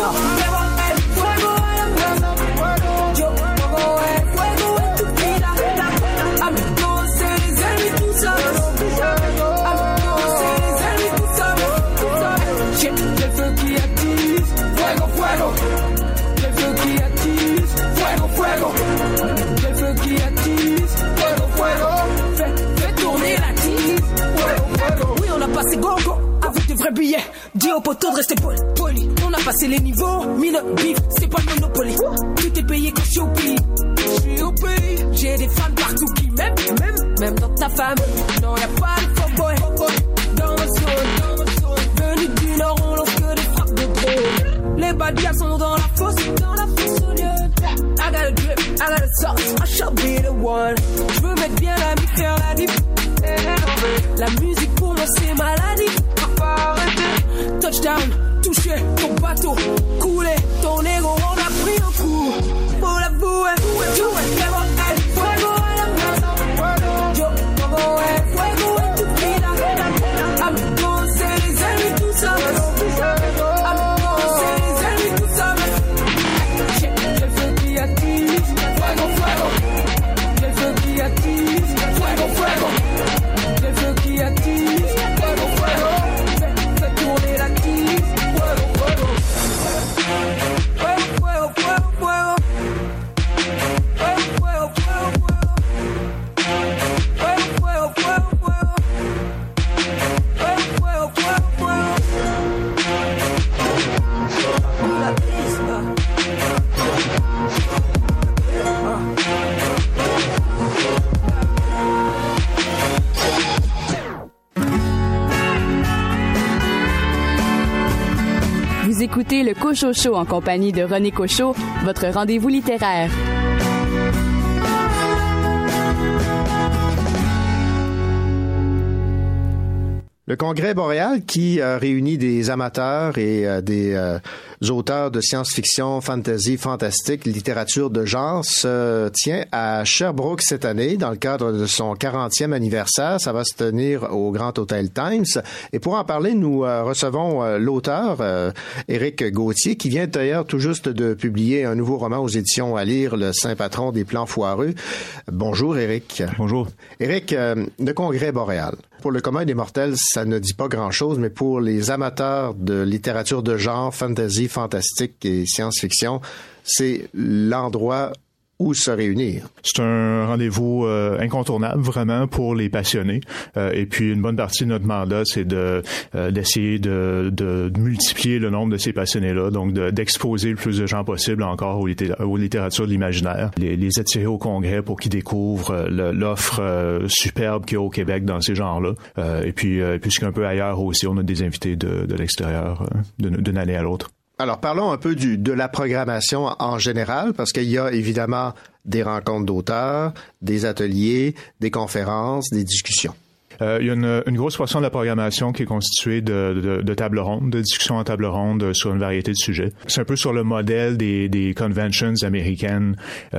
J'ai le feu qui attise. Fuego. Le feu qui attise. Fuego. Le feu qui attise. Fuego. Fais tourner la tise. Oui, on a passé gogo avec des vrais billets. Dis au poteau de rester poli. On a passé les niveaux. Mine bif, c'est pas le Monopoly. Tout est payé quand je suis au pays. J'ai des fans partout qui m'aiment. Même dans ta famille. Non, y'a pas de fuckboy dans ma zone. Venu du Nord, on lance que des frappes de drone. Les bad guys sont dans la fosse au lieu. I got a drip, I got a sauce, I shall be the one. Je veux mettre bien la mixeur, la dip. La musique pour moi c'est maladie. Faut pas arrêter. touchdown, touché ton bateau, coulé ton ego, on a pris un coup. Faut l'avouer, tout est vraiment el fuego en la maison. Yo pongo el fuego en tu vida. Amigos, c'est les ennemis, tout ça. Amigos, c'est les ennemis, tout ça. J'ai le feu qui attise, fuego, fuego. J'ai le feu qui attise, fuego, fuego. J'ai le feu qui attise, fuego, fuego. Fais tourner la tise, fuego, fuego. Fuego, fuego, fuego, fuego. Fuego, fuego, fuego, fuego. Fuego, fuego, fuego, fuego. Fuego, fuego, fuego, fuego. La pista. Vous écoutez le Cochocho en compagnie de René Cochot, votre rendez-vous littéraire. Le Congrès boréal qui réunit des amateurs et des auteurs de science-fiction, fantasy, fantastique, littérature de genre se tient à Sherbrooke cette année dans le cadre de son 40e anniversaire. Ça va se tenir au Grand Hôtel Times. Et pour en parler, nous recevons l'auteur Éric Gauthier qui vient d'ailleurs tout juste de publier un nouveau roman aux éditions à lire, Le Saint Patron des plans foireux. Bonjour Éric. Bonjour. Éric, le Congrès boréal. Pour le commun des mortels, ça ne dit pas grand-chose, mais pour les amateurs de littérature de genre, fantasy, fantastique et science-fiction, c'est l'endroit où se réunir. C'est un rendez-vous incontournable vraiment pour les passionnés. Et puis une bonne partie de notre mandat, c'est d'essayer de multiplier le nombre de ces passionnés-là, donc d'exposer le plus de gens possible encore aux littératures de l'imaginaire, les attirer au congrès pour qu'ils découvrent l'offre superbe qu'il y a au Québec dans ces genres-là. Et puis puisqu'un peu ailleurs aussi, on a des invités de l'extérieur d'une année à l'autre. Alors, parlons un peu de la programmation en général, parce qu'il y a évidemment des rencontres d'auteurs, des ateliers, des conférences, des discussions. Il y a une grosse portion de la programmation qui est constituée de tables rondes, de discussions en table ronde sur une variété de sujets. C'est un peu sur le modèle des conventions américaines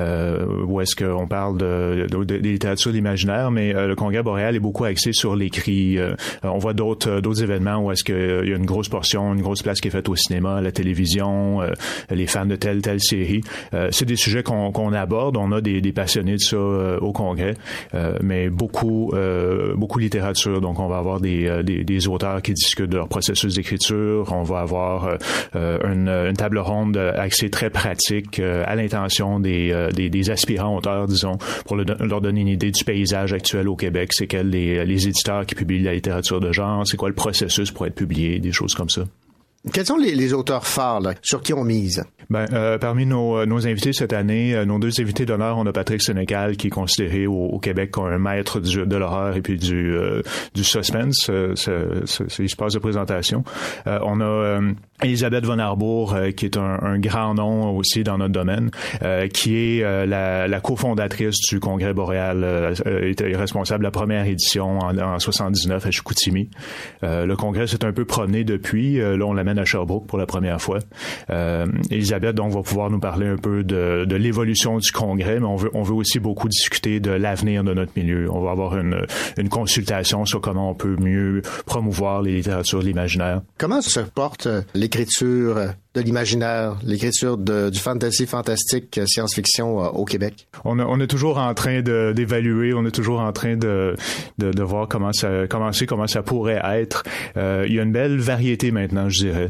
où est-ce qu'on parle des littératures de l'imaginaire, mais le Congrès boréal est beaucoup axé sur l'écrit. On voit d'autres événements où est-ce qu'il y a une grosse portion, une grosse place qui est faite au cinéma, à la télévision, les fans de telle série. C'est des sujets qu'on aborde. On a des passionnés de ça au Congrès, mais beaucoup littérature. Donc, on va avoir des auteurs qui discutent de leur processus d'écriture. On va avoir une table ronde axée très pratique à l'intention des aspirants auteurs, disons, pour leur donner une idée du paysage actuel au Québec. C'est quels les éditeurs qui publient la littérature de genre, c'est quoi le processus pour être publié, des choses comme ça. Quels sont les auteurs phares là, sur qui on mise? Parmi nos invités cette année, nos deux invités d'honneur, on a Patrick Sénécal qui est considéré au Québec comme un maître de l'horreur et puis du suspense, c'est l'espace de présentation. On a Elisabeth Von Arbour, qui est un grand nom aussi dans notre domaine, qui est la cofondatrice du Congrès boréal, était responsable de la première édition en 79 à Chicoutimi. Le Congrès s'est un peu promené depuis. Là, on l'amène à Sherbrooke pour la première fois. Elisabeth, donc, va pouvoir nous parler un peu de l'évolution du Congrès, mais on veut aussi beaucoup discuter de l'avenir de notre milieu. On va avoir une consultation sur comment on peut mieux promouvoir les littératures de l'imaginaire. Comment se porte l'écriture de l'imaginaire, l'écriture du fantasy, fantastique, science-fiction au Québec? On est toujours en train d'évaluer, on est toujours en train de voir comment ça pourrait être. Il y a une belle variété maintenant, je dirais.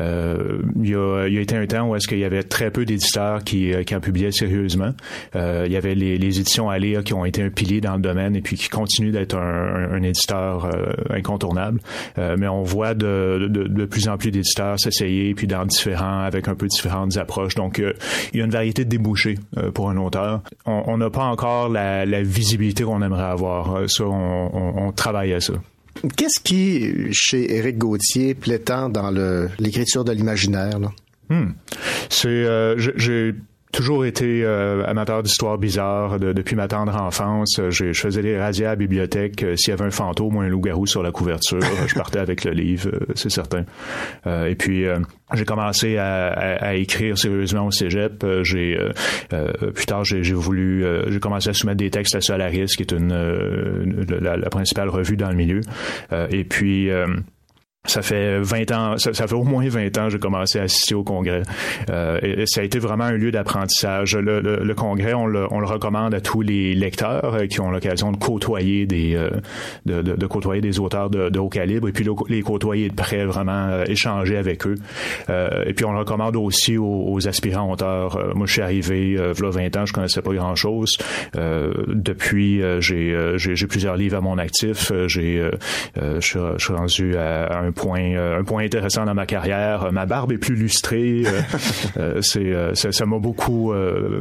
Il y a été un temps où est-ce qu'il y avait très peu d'éditeurs qui en publiaient sérieusement. Il y avait les éditions à lire qui ont été un pilier dans le domaine et puis qui continuent d'être un éditeur incontournable. Mais on voit de plus en plus d'éditeurs s'essayer puis avec un peu différentes approches. Donc, il y a une variété de débouchés pour un auteur. On n'a pas encore la visibilité qu'on aimerait avoir. Ça, on travaille à ça. Qu'est-ce qui, chez Éric Gauthier, plaît tant dans l'écriture de l'imaginaire, là? J'ai toujours été amateur d'histoires bizarres depuis ma tendre enfance. Je faisais des razzias à la bibliothèque. S'il y avait un fantôme ou un loup-garou sur la couverture, je partais avec le livre, c'est certain. Et puis j'ai commencé à écrire sérieusement au cégep. Plus tard, j'ai commencé à soumettre des textes à Solaris, qui est la principale revue dans le milieu. Et puis ça fait 20 ans, ça fait au moins 20 ans que j'ai commencé à assister au congrès. Et ça a été vraiment un lieu d'apprentissage. Le congrès, on le recommande à tous les lecteurs qui ont l'occasion de côtoyer de côtoyer des auteurs de haut calibre et puis les côtoyer de près, vraiment échanger avec eux. Et puis on le recommande aussi aux aspirants auteurs. Moi, je suis arrivé il y a 20 ans, je connaissais pas grand-chose. Depuis, j'ai plusieurs livres à mon actif. Je suis rendu à un point intéressant dans ma carrière. Ma barbe est plus lustrée. Ça m'a beaucoup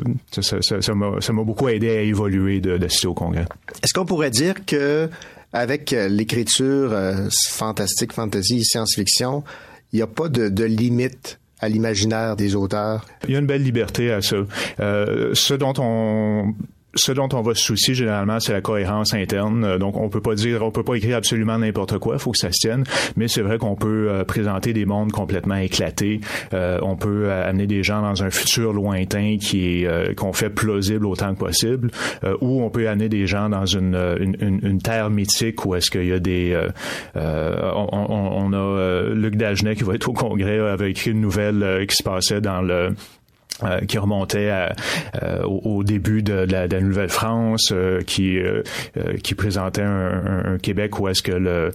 aidé à évoluer d'assister au congrès. Est-ce qu'on pourrait dire que avec l'écriture fantastique, fantasy, science-fiction, il n'y a pas de limite à l'imaginaire des auteurs? Il y a une belle liberté à ça. Ce dont on va se soucier généralement, c'est la cohérence interne. Donc, on peut pas écrire absolument n'importe quoi. Il faut que ça se tienne. Mais c'est vrai qu'on peut présenter des mondes complètement éclatés. On peut amener des gens dans un futur lointain qu'on fait plausible autant que possible. Ou on peut amener des gens dans une terre mythique où est-ce qu'il y a on a Luc Dagenet qui va être au congrès, avait écrit une nouvelle qui se passait dans qui remontait au début de la Nouvelle-France, qui présentait un Québec où est-ce que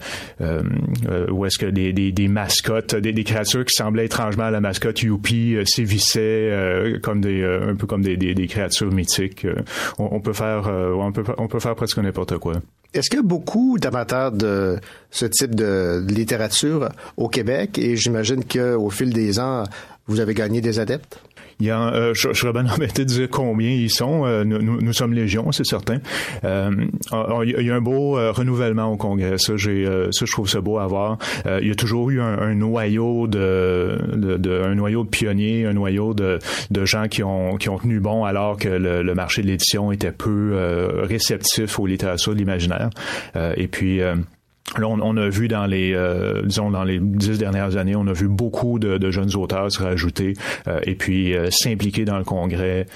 des mascottes, des créatures qui semblaient étrangement à la mascotte Youpi sévissaient comme un peu comme des créatures mythiques. On peut faire presque n'importe quoi. Est-ce qu'il y a beaucoup d'amateurs de ce type de littérature au Québec? Et j'imagine qu'au fil des ans, vous avez gagné des adeptes? Je serais bien embêté de dire combien ils sont. Nous sommes légion, c'est certain. Il y a un beau renouvellement au Congrès. Ça, je trouve ça beau à voir. Il y a toujours eu un noyau de pionniers, un noyau de gens qui ont tenu bon alors que le marché de l'édition était peu réceptif aux littératures de l'imaginaire. Et puis là, on a vu dans les 10 dernières années, on a vu beaucoup de jeunes auteurs se rajouter et puis s'impliquer dans le congrès.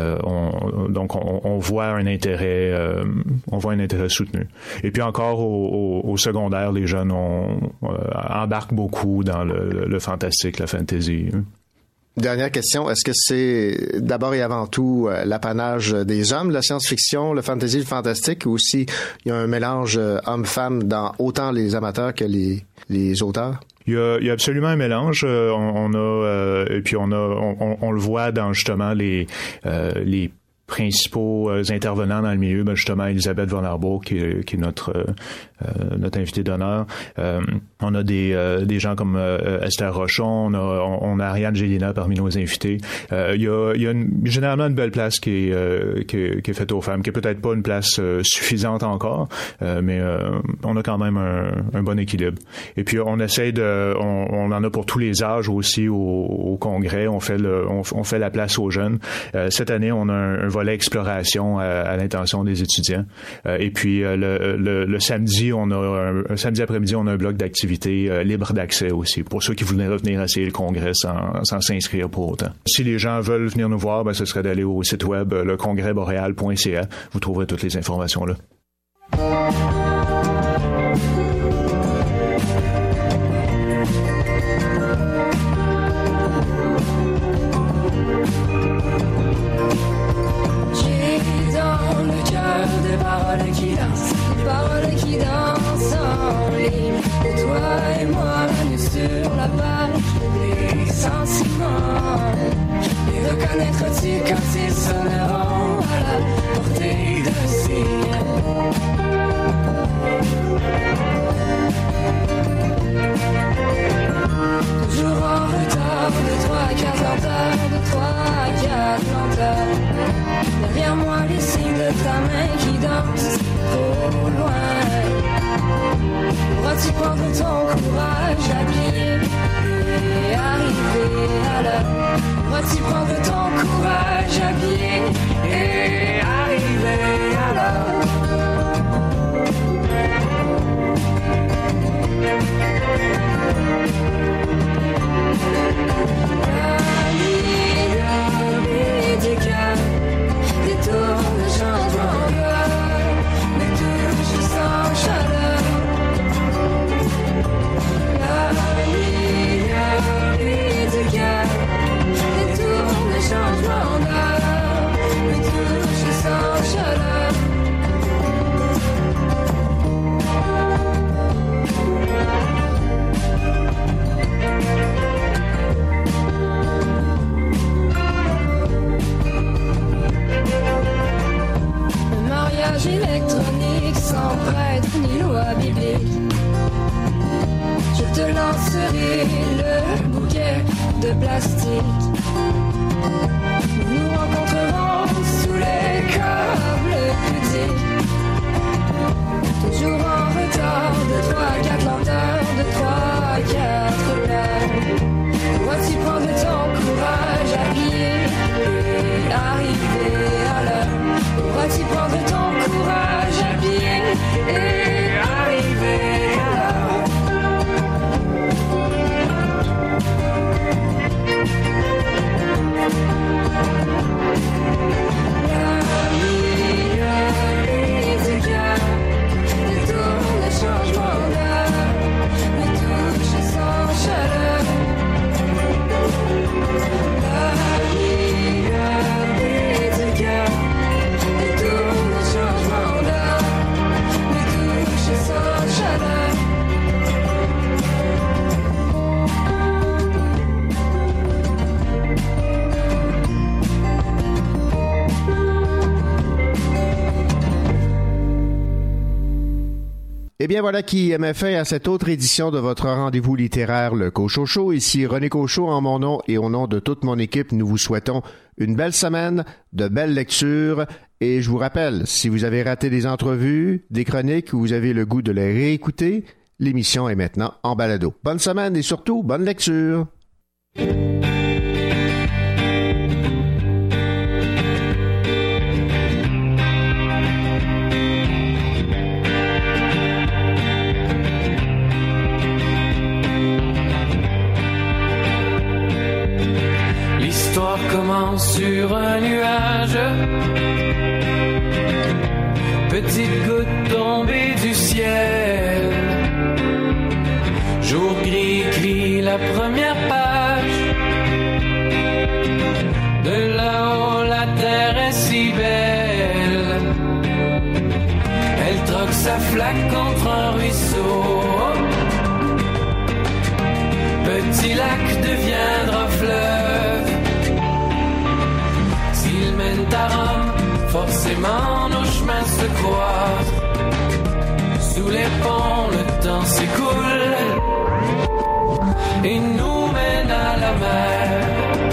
On voit un intérêt, soutenu. Et puis encore au secondaire, les jeunes embarquent beaucoup dans le fantastique, la fantasy. Dernière question, est-ce que c'est d'abord et avant tout l'apanage des hommes, la science-fiction, le fantasy, le fantastique, ou aussi il y a un mélange homme-femme dans autant les amateurs que les auteurs? Il y a absolument un mélange. On le voit dans justement les principaux intervenants dans le milieu, justement Elisabeth von Arbour qui est notre invité d'honneur. On a des gens comme Esther Rochon, on a Ariane Gélina parmi nos invités. Il y a généralement une belle place qui est faite aux femmes, qui est peut-être pas une place suffisante encore, mais on a quand même un bon équilibre. Et puis on essaie on en a pour tous les âges aussi au congrès. On fait la place aux jeunes. Cette année, on a un volet exploration à l'intention des étudiants. Et puis le samedi, un samedi après-midi, on a un bloc d'activités libre d'accès aussi pour ceux qui voudraient venir essayer le congrès sans s'inscrire pour autant. Si les gens veulent venir nous voir, ce serait d'aller au site web lecongrèsboréal.ca. Vous trouverez toutes les informations là. Paroles qui dansent en ligne. Et toi et moi, nus sur la page des sentiments. Les reconnaîtras-tu quand ils sonneront à la portée d'un signe? Toujours en retard de 3-4 lenteurs, de 3-4 lenteurs. Derrière moi, les signes de ta main qui danse trop loin. Pourras-tu prendre ton courage à pied et arriver à l'heure? Pourras-tu prendre ton courage à pied et arriver à l'heure? La nuit du cœur détourne le changement d'heure, me touche sans chaleur. La nuit du cœur détourne le changement d'heure, me touche sans chaleur. Un mariage électronique sans prêtre ni loi biblique. Je te lancerai le bouquet de plastique. Nous nous rencontrerons sous les câbles pudiques. Toujours en retard de 3-4 lenteurs, de 3-4 pleurs. Pourras-tu prendre ton courage à pied et arriver à l'heure? Pourras-tu prendre ton courage à pied et arriver à l'heure? La nuit du cœur détourne le changement d'heure, me touche sans chaleur. La nuit du cœur détourne le changement d'heure, me touche sans chaleur. Eh bien, voilà qui met fin à cette autre édition de votre rendez-vous littéraire, le Cochocho. Ici René Cochot en mon nom et au nom de toute mon équipe, nous vous souhaitons une belle semaine, de belles lectures. Et je vous rappelle, si vous avez raté des entrevues, des chroniques ou vous avez le goût de les réécouter, l'émission est maintenant en balado. Bonne semaine et surtout, bonne lecture! L'histoire commence sur un nuage, petite goutte tombée du ciel. Jour gris écrit la première page. De là-haut la terre est si belle. Elle troque sa flaque contre un ruisseau. Petit lac deviendra fleuve. S'il mène à Rome, forcément nos chemins se croisent. Sous les ponts, le temps s'écoule et nous mène à la mer.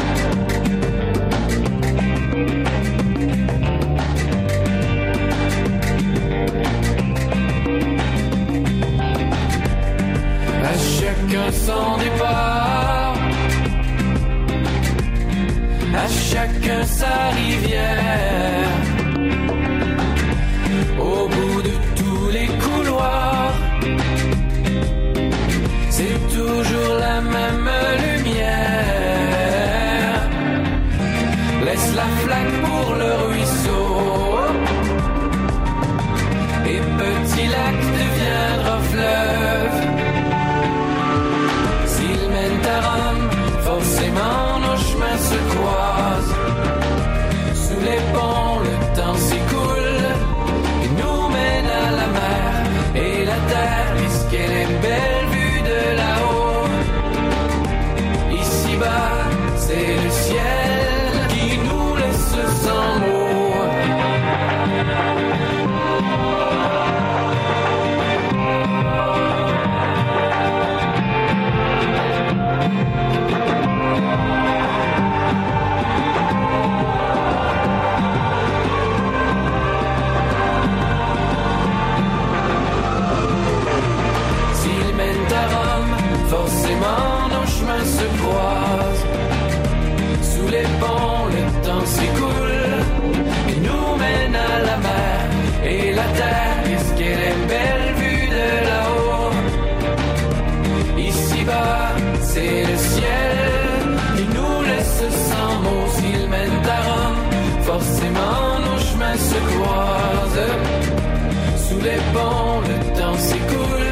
À chacun son départ, à chacun sa rivière. Au bout de tous les couloirs, c'est toujours la même lumière. sous les ponts, le temps s'écoule.